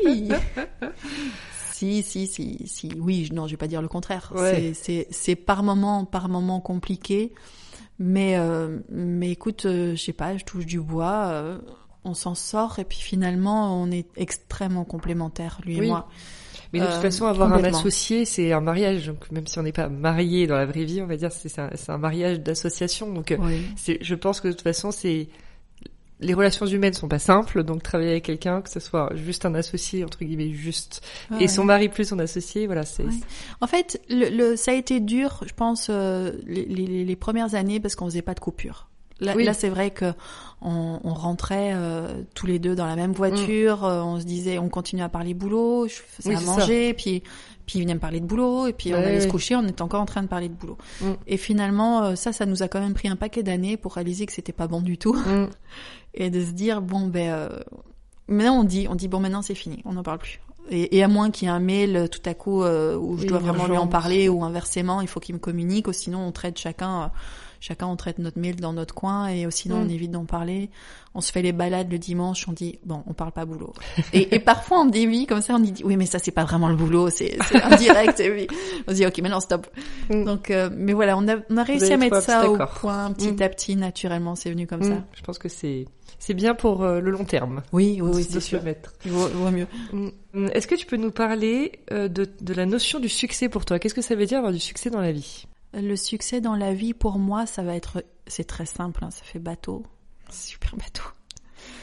Si, si, si, si. Oui, non, je vais pas dire le contraire. Ouais. C'est, c'est, c'est par moment, par moment compliqué. Mais, euh, mais écoute, euh, je sais pas, je touche du bois, euh, on s'en sort et puis finalement, on est extrêmement complémentaires, lui et oui. moi. Mais de toute euh, façon, avoir un associé, c'est un mariage. Donc, même si on n'est pas marié dans la vraie vie, on va dire, c'est, c'est, un, c'est un mariage d'association. Donc, oui. c'est, je pense que de toute façon, c'est, les relations humaines sont pas simples. Donc, travailler avec quelqu'un, que ce soit juste un associé, entre guillemets, juste, ah, et ouais. son mari plus son associé, voilà, c'est. Ouais. En fait, le, le, ça a été dur, je pense, euh, les, les, les premières années parce qu'on faisait pas de coupure. Là, oui. là, c'est vrai que on, on rentrait euh, tous les deux dans la même voiture. Mmh. Euh, on se disait, on continuait à parler boulot. Je faisais oui, à manger, puis puis il venait me parler de boulot, et puis ouais, on allait ouais. se coucher. On était encore en train de parler de boulot. Mmh. Et finalement, euh, ça, ça nous a quand même pris un paquet d'années pour réaliser que c'était pas bon du tout, mmh. et de se dire bon ben, euh, maintenant on dit, on dit bon maintenant c'est fini, on n'en parle plus. Et, et à moins qu'il y ait un mail tout à coup euh, où je oui, dois vraiment lui en parler, ou inversement, il faut qu'il me communique, ou sinon on traite chacun. Euh, Chacun, on traite notre mail dans notre coin, et sinon, mmh. on évite d'en parler. On se fait les balades le dimanche, on dit, bon, on parle pas boulot. et, et parfois, on dit oui, comme ça, on dit, oui, mais ça, c'est pas vraiment le boulot, c'est, c'est indirect, et oui. On se dit, ok, maintenant, stop. Mmh. Donc, euh, mais voilà, on a, on a réussi à mettre ça au point, petit mmh. à petit, naturellement, c'est venu comme mmh. ça. Je pense que c'est, c'est bien pour euh, le long terme. Oui, oui, oui, c'est de sûr. Se mettre. Il vaut, vaut mieux. Mmh. Est-ce que tu peux nous parler euh, de, de la notion du succès pour toi? Qu'est-ce que ça veut dire avoir du succès dans la vie? Le succès dans la vie, pour moi, ça va être, c'est très simple, hein, ça fait bateau, super bateau.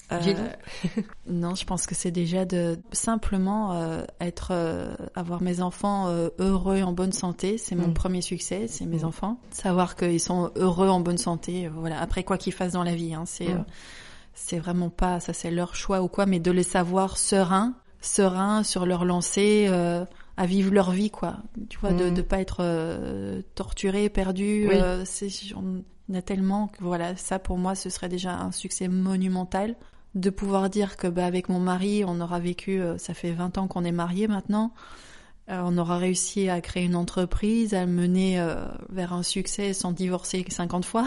Euh, non, je pense que c'est déjà de simplement euh, être, euh, avoir mes enfants euh, heureux, en bonne santé. C'est mon mmh. premier succès, c'est mes mmh. enfants. Savoir qu'ils sont heureux, en bonne santé. Euh, voilà. Après quoi qu'ils fassent dans la vie, hein, c'est, mmh. euh, c'est vraiment pas, ça c'est leur choix ou quoi, mais de les savoir sereins, sereins sur leur lancée, euh, à vivre leur vie, quoi. Tu vois, mmh. de de pas être euh, torturés, perdus. Oui. Euh, c'est, on, il y en a tellement que voilà, ça pour moi, ce serait déjà un succès monumental. De pouvoir dire que bah avec mon mari, on aura vécu, euh, ça fait vingt ans qu'on est mariés maintenant, euh, on aura réussi à créer une entreprise, à mener euh, vers un succès sans divorcer cinquante fois,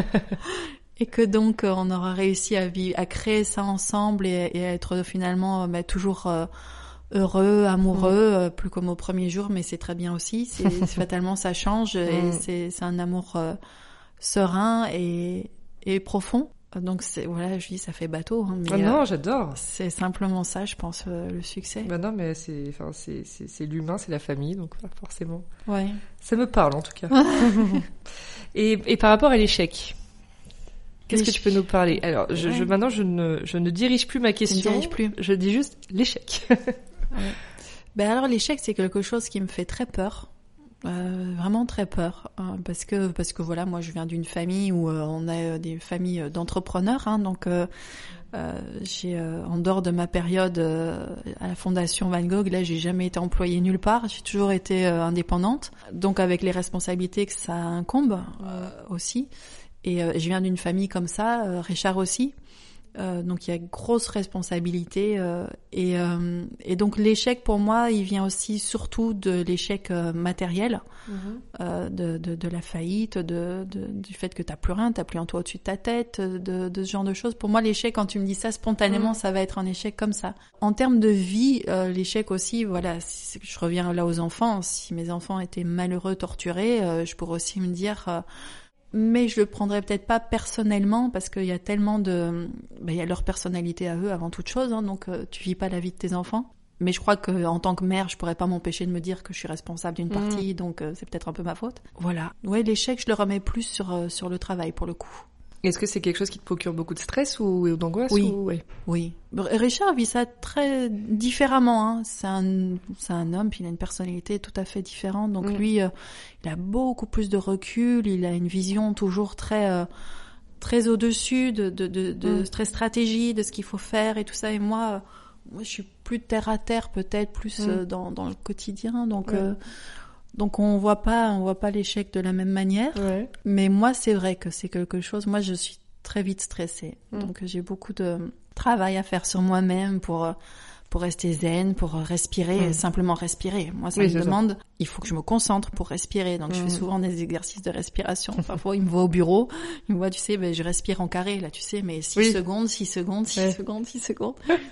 et que donc euh, on aura réussi à vivre, à créer ça ensemble et, et à être finalement euh, bah, toujours euh, heureux, amoureux, mmh. euh, plus comme au premier jour, mais c'est très bien aussi. C'est, c'est fatalement ça change mmh. et c'est, c'est un amour euh, serein et, et profond. Donc c'est voilà, je dis ça fait bateau, hein, mais ah non, euh, j'adore. C'est simplement ça, je pense, euh, le succès. Bah non, mais c'est, enfin c'est, c'est, c'est l'humain, c'est la famille, donc forcément. Ouais. Ça me parle en tout cas. et, et par rapport à l'échec, qu'est-ce que tu peux nous parler ? Alors, je, ouais. je maintenant je ne, je ne dirige plus ma question. Je ne dirige plus. Je dis juste l'échec. ouais. Ben alors l'échec, c'est quelque chose qui me fait très peur. Euh, vraiment très peur hein, parce que parce que voilà, moi je viens d'une famille où euh, on a des familles d'entrepreneurs, hein, donc euh, euh, j'ai euh, en dehors de ma période euh, à la Fondation Van Gogh, là j'ai jamais été employée nulle part, j'ai toujours été euh, indépendante, donc avec les responsabilités que ça incombe euh, aussi. Et euh, je viens d'une famille comme ça, euh, Richard aussi. Euh, donc il y a grosse responsabilité euh, et, euh, et donc l'échec pour moi il vient aussi surtout de l'échec euh, matériel, mmh. euh, de, de, de la faillite, de, de, du fait que t'as plus rien, t'as plus un toit au-dessus de ta tête, de, de ce genre de choses. Pour moi l'échec, quand tu me dis ça spontanément, mmh. ça va être un échec comme ça. En termes de vie, euh, l'échec aussi, voilà, si, je reviens là aux enfants, si mes enfants étaient malheureux, torturés, euh, je pourrais aussi me dire... Euh, mais je le prendrais peut-être pas personnellement parce qu'il y a tellement de, ben, il y a leur personnalité à eux avant toute chose, hein, donc euh, tu vis pas la vie de tes enfants. Mais je crois que en tant que mère, je pourrais pas m'empêcher de me dire que je suis responsable d'une partie, mmh. donc euh, c'est peut-être un peu ma faute. Voilà. Ouais, l'échec, je le remets plus sur euh, sur le travail pour le coup. Est-ce que c'est quelque chose qui te procure beaucoup de stress ou d'angoisse? Oui, ou... Ouais. oui. Richard vit ça très différemment. Hein. C'est un, c'est un homme, puis il a une personnalité tout à fait différente. Donc mmh. lui, euh, il a beaucoup plus de recul. Il a une vision toujours très, euh, très au-dessus de, de, de, de mmh. très stratégie de ce qu'il faut faire et tout ça. Et moi, euh, moi, je suis plus terre à terre, peut-être plus mmh. euh, dans, dans le quotidien. Donc. Mmh. Euh, Donc on voit pas, on voit pas l'échec de la même manière. Ouais. Mais moi, c'est vrai que c'est quelque chose. Moi, je suis très vite stressée. Mmh. Donc j'ai beaucoup de travail à faire sur moi-même pour pour rester zen, pour respirer, mmh. simplement respirer. Moi, ça oui, me demande. Ça. Il faut que je me concentre pour respirer. Donc mmh. je fais souvent des exercices de respiration. Parfois, il me voit au bureau, il me voit, tu sais, ben je respire en carré là, tu sais, mais six oui. secondes, six secondes, six ouais. secondes, six secondes.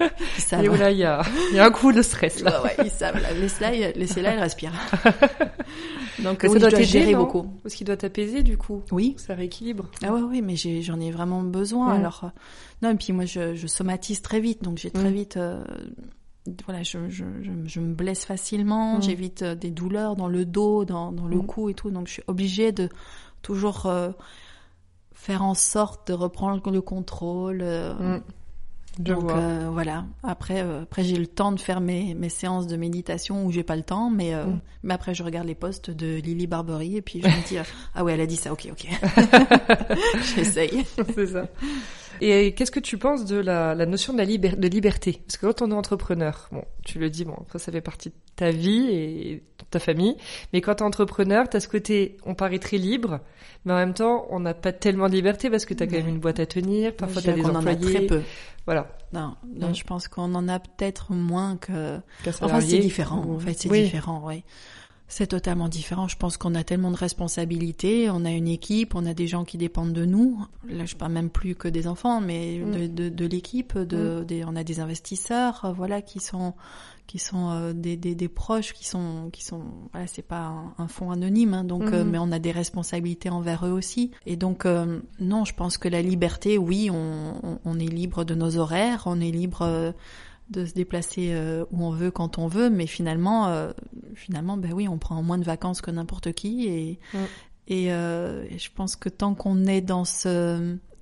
Ça et voilà, il y a il y a un coup de stress là. Ouais, ouais, ils savent. Là, laisse-la, laissez-la, elle respire. Donc ça oui, doit je dois gérer non beaucoup. Parce qu'il doit t'apaiser du coup. Oui. Ça rééquilibre. Ah ouais, oui, mais j'ai, j'en ai vraiment besoin. Mmh. Alors euh, non, et puis moi je, je somatise très vite, donc j'ai très mmh. vite. Euh, voilà, je, je, je, je me blesse facilement. Mmh. J'évite euh, des douleurs dans le dos, dans, dans le mmh. cou et tout. Donc je suis obligée de toujours euh, faire en sorte de reprendre le contrôle. Euh, mmh. Je Donc euh, voilà. Après, euh, après j'ai le temps de faire mes, mes séances de méditation où j'ai pas le temps, mais euh, mm. mais après je regarde les posts de Lily Barbery et puis je me dis ah ouais elle a dit ça, ok ok. J'essaye. C'est ça. Et qu'est-ce que tu penses de la, la notion de la liber- de liberté ? Parce que quand on est entrepreneur, bon, tu le dis, bon, après ça fait partie de ta vie et de ta famille, mais quand t'es entrepreneur, t'as ce côté, on paraît très libre, mais en même temps, on n'a pas tellement de liberté parce que t'as quand même une boîte à tenir, parfois t'as des employés. On en a très peu. Voilà. Non, non, mmh. je pense qu'on en a peut-être moins que... Enfin, c'est différent. Mmh. En fait, c'est oui. différent, oui. C'est totalement différent. Je pense qu'on a tellement de responsabilités. On a une équipe, on a des gens qui dépendent de nous. Là, je parle même plus que des enfants, mais mmh. de, de, de l'équipe. De, mmh. des, on a des investisseurs, voilà, qui sont, qui sont euh, des, des, des proches, qui sont, qui sont. Voilà, c'est pas un, un fonds anonyme, hein, donc, mmh. euh, mais on a des responsabilités envers eux aussi. Et donc, euh, non, je pense que la liberté, oui, on, on, on est libre de nos horaires, on est libre. Euh, de se déplacer euh, où on veut quand on veut, mais finalement euh, finalement ben oui, on prend moins de vacances que n'importe qui et mm. et, euh, et je pense que tant qu'on est dans ce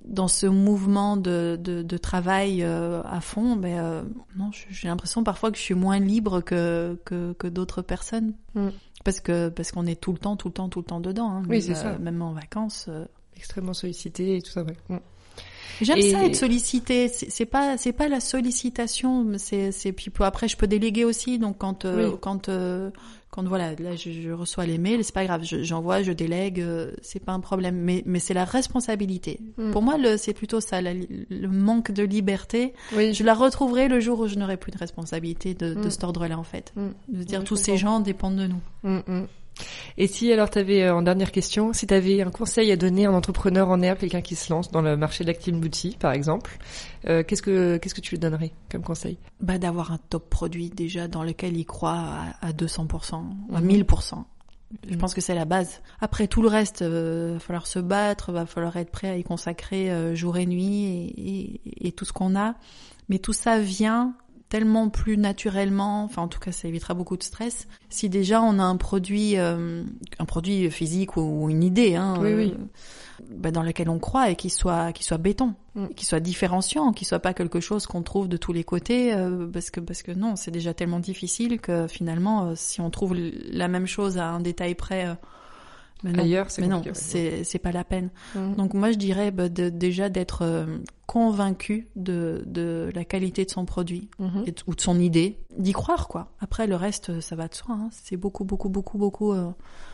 dans ce mouvement de, de, de travail euh, à fond, ben euh, non, j'ai l'impression parfois que je suis moins libre que que, que d'autres personnes, mm. parce que parce qu'on est tout le temps, tout le temps, tout le temps dedans. Hein, oui, c'est euh, ça. Même en vacances. Euh... Extrêmement sollicité et tout ça. Ouais. Mm. J'aime et... ça être sollicité. C'est, c'est pas c'est pas la sollicitation. C'est c'est puis après je peux déléguer aussi. Donc quand euh, oui. quand euh, quand voilà, là je, je reçois les mails, c'est pas grave, je, j'envoie, je délègue, euh, c'est pas un problème. Mais mais c'est la responsabilité. Mm. Pour moi, le, c'est plutôt ça, la, le manque de liberté. Oui. Je la retrouverai le jour où je n'aurai plus de responsabilité de, mm. de cet ordre-là en fait. Mm. De dire oui, tous ces gens dépendent de nous. Mm, mm. Et si alors t'avais euh, en dernière question, si t'avais un conseil à donner à un entrepreneur en herbe, quelqu'un qui se lance dans le marché de l'Active Beauty par exemple, euh, qu'est-ce que qu'est-ce que tu lui donnerais comme conseil? Bah d'avoir un top produit déjà dans lequel il croit à, à deux cents pour cent, à mille pour cent. Je mmh. pense que c'est la base. Après tout le reste, euh, va falloir se battre, va falloir être prêt à y consacrer euh, jour et nuit et, et, et tout ce qu'on a. Mais tout ça vient tellement plus naturellement, enfin en tout cas ça évitera beaucoup de stress. Si déjà on a un produit, euh, un produit physique ou, ou une idée, hein, oui, euh, oui. bah, dans lequel on croit et qui soit, qui soit béton, mm. qui soit différenciant, qui soit pas quelque chose qu'on trouve de tous les côtés, euh, parce que parce que non, c'est déjà tellement difficile que finalement, euh, si on trouve la même chose à un détail près. Euh, Mais non, ailleurs, c'est mais non, ouais. c'est c'est pas la peine. Mmh. Donc moi je dirais bah, de, déjà d'être euh, convaincu de de la qualité de son produit mmh. et, ou de son idée, d'y croire quoi. Après le reste ça va de soi. Hein. C'est beaucoup beaucoup beaucoup beaucoup euh,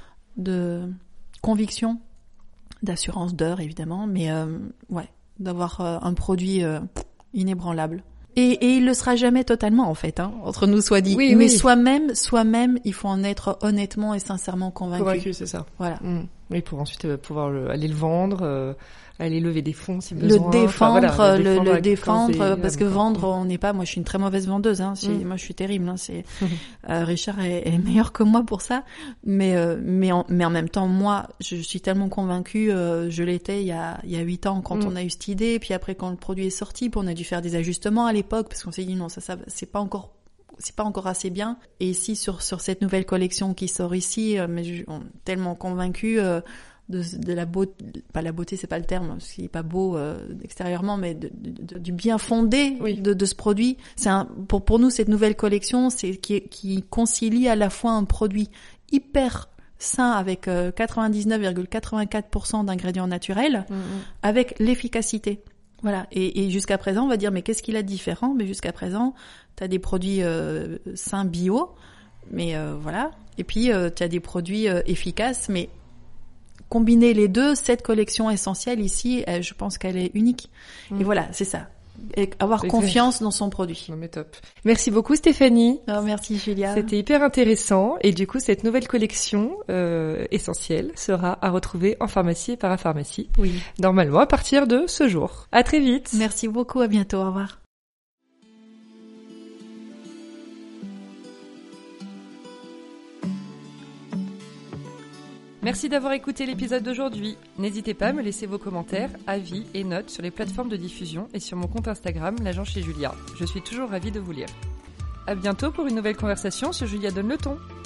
de conviction, d'assurance d'heure évidemment, mais euh, ouais, d'avoir euh, un produit euh, inébranlable. Et, et il le sera jamais totalement en fait, hein, entre nous soit dit. Oui, mais oui. soi-même, soi-même, il faut en être honnêtement et sincèrement convaincu. Convaincu, c'est ça. Voilà. Mmh. Oui, pour ensuite euh, pouvoir le, aller le vendre, euh, aller lever des fonds si besoin. Le défendre, enfin, voilà, le défendre, le, le défendre des... parce que vendre, on n'est pas. Moi, je suis une très mauvaise vendeuse. Hein. Mmh. Moi, je suis terrible. Hein. C'est euh, Richard est, est meilleur que moi pour ça, mais euh, mais en, mais en même temps, moi, je suis tellement convaincue. Euh, je l'étais il y a il y a huit ans quand mmh. on a eu cette idée, puis après quand le produit est sorti, puis on a dû faire des ajustements à l'époque parce qu'on s'est dit non, ça, ça c'est pas encore. c'est pas encore assez bien. Et ici, sur sur cette nouvelle collection qui sort ici, euh, mais je, on est tellement convaincus euh, de de la beauté, pas la beauté, c'est pas le terme, parce qu'il est pas beau euh, extérieurement, mais de, de, de, du bien fondé oui. de de ce produit. C'est un pour pour nous cette nouvelle collection, c'est qui qui concilie à la fois un produit hyper sain avec euh, quatre-vingt-dix-neuf virgule quatre-vingt-quatre pour cent d'ingrédients naturels, mmh. avec l'efficacité. Voilà. Et, et jusqu'à présent, on va dire, mais qu'est-ce qu'il a de différent? Mais jusqu'à présent, t'as des produits euh, sains bio, mais euh, voilà. Et puis, euh, t'as des produits euh, efficaces, mais combiner les deux, cette collection essentielle ici, euh, je pense qu'elle est unique. Mmh. Et voilà, c'est ça. Et avoir c'est confiance clair. Dans son produit. Non mais top. Merci beaucoup Stéphanie. Oh, merci Julia. C'était hyper intéressant et du coup cette nouvelle collection euh, essentielle sera à retrouver en pharmacie et parapharmacie. Oui. Normalement à partir de ce jour. À très vite. Merci beaucoup, à bientôt, au revoir. Merci d'avoir écouté l'épisode d'aujourd'hui. N'hésitez pas à me laisser vos commentaires, avis et notes sur les plateformes de diffusion et sur mon compte Instagram, l'agent chez Julia. Je suis toujours ravie de vous lire. À bientôt pour une nouvelle conversation sur Julia donne le ton.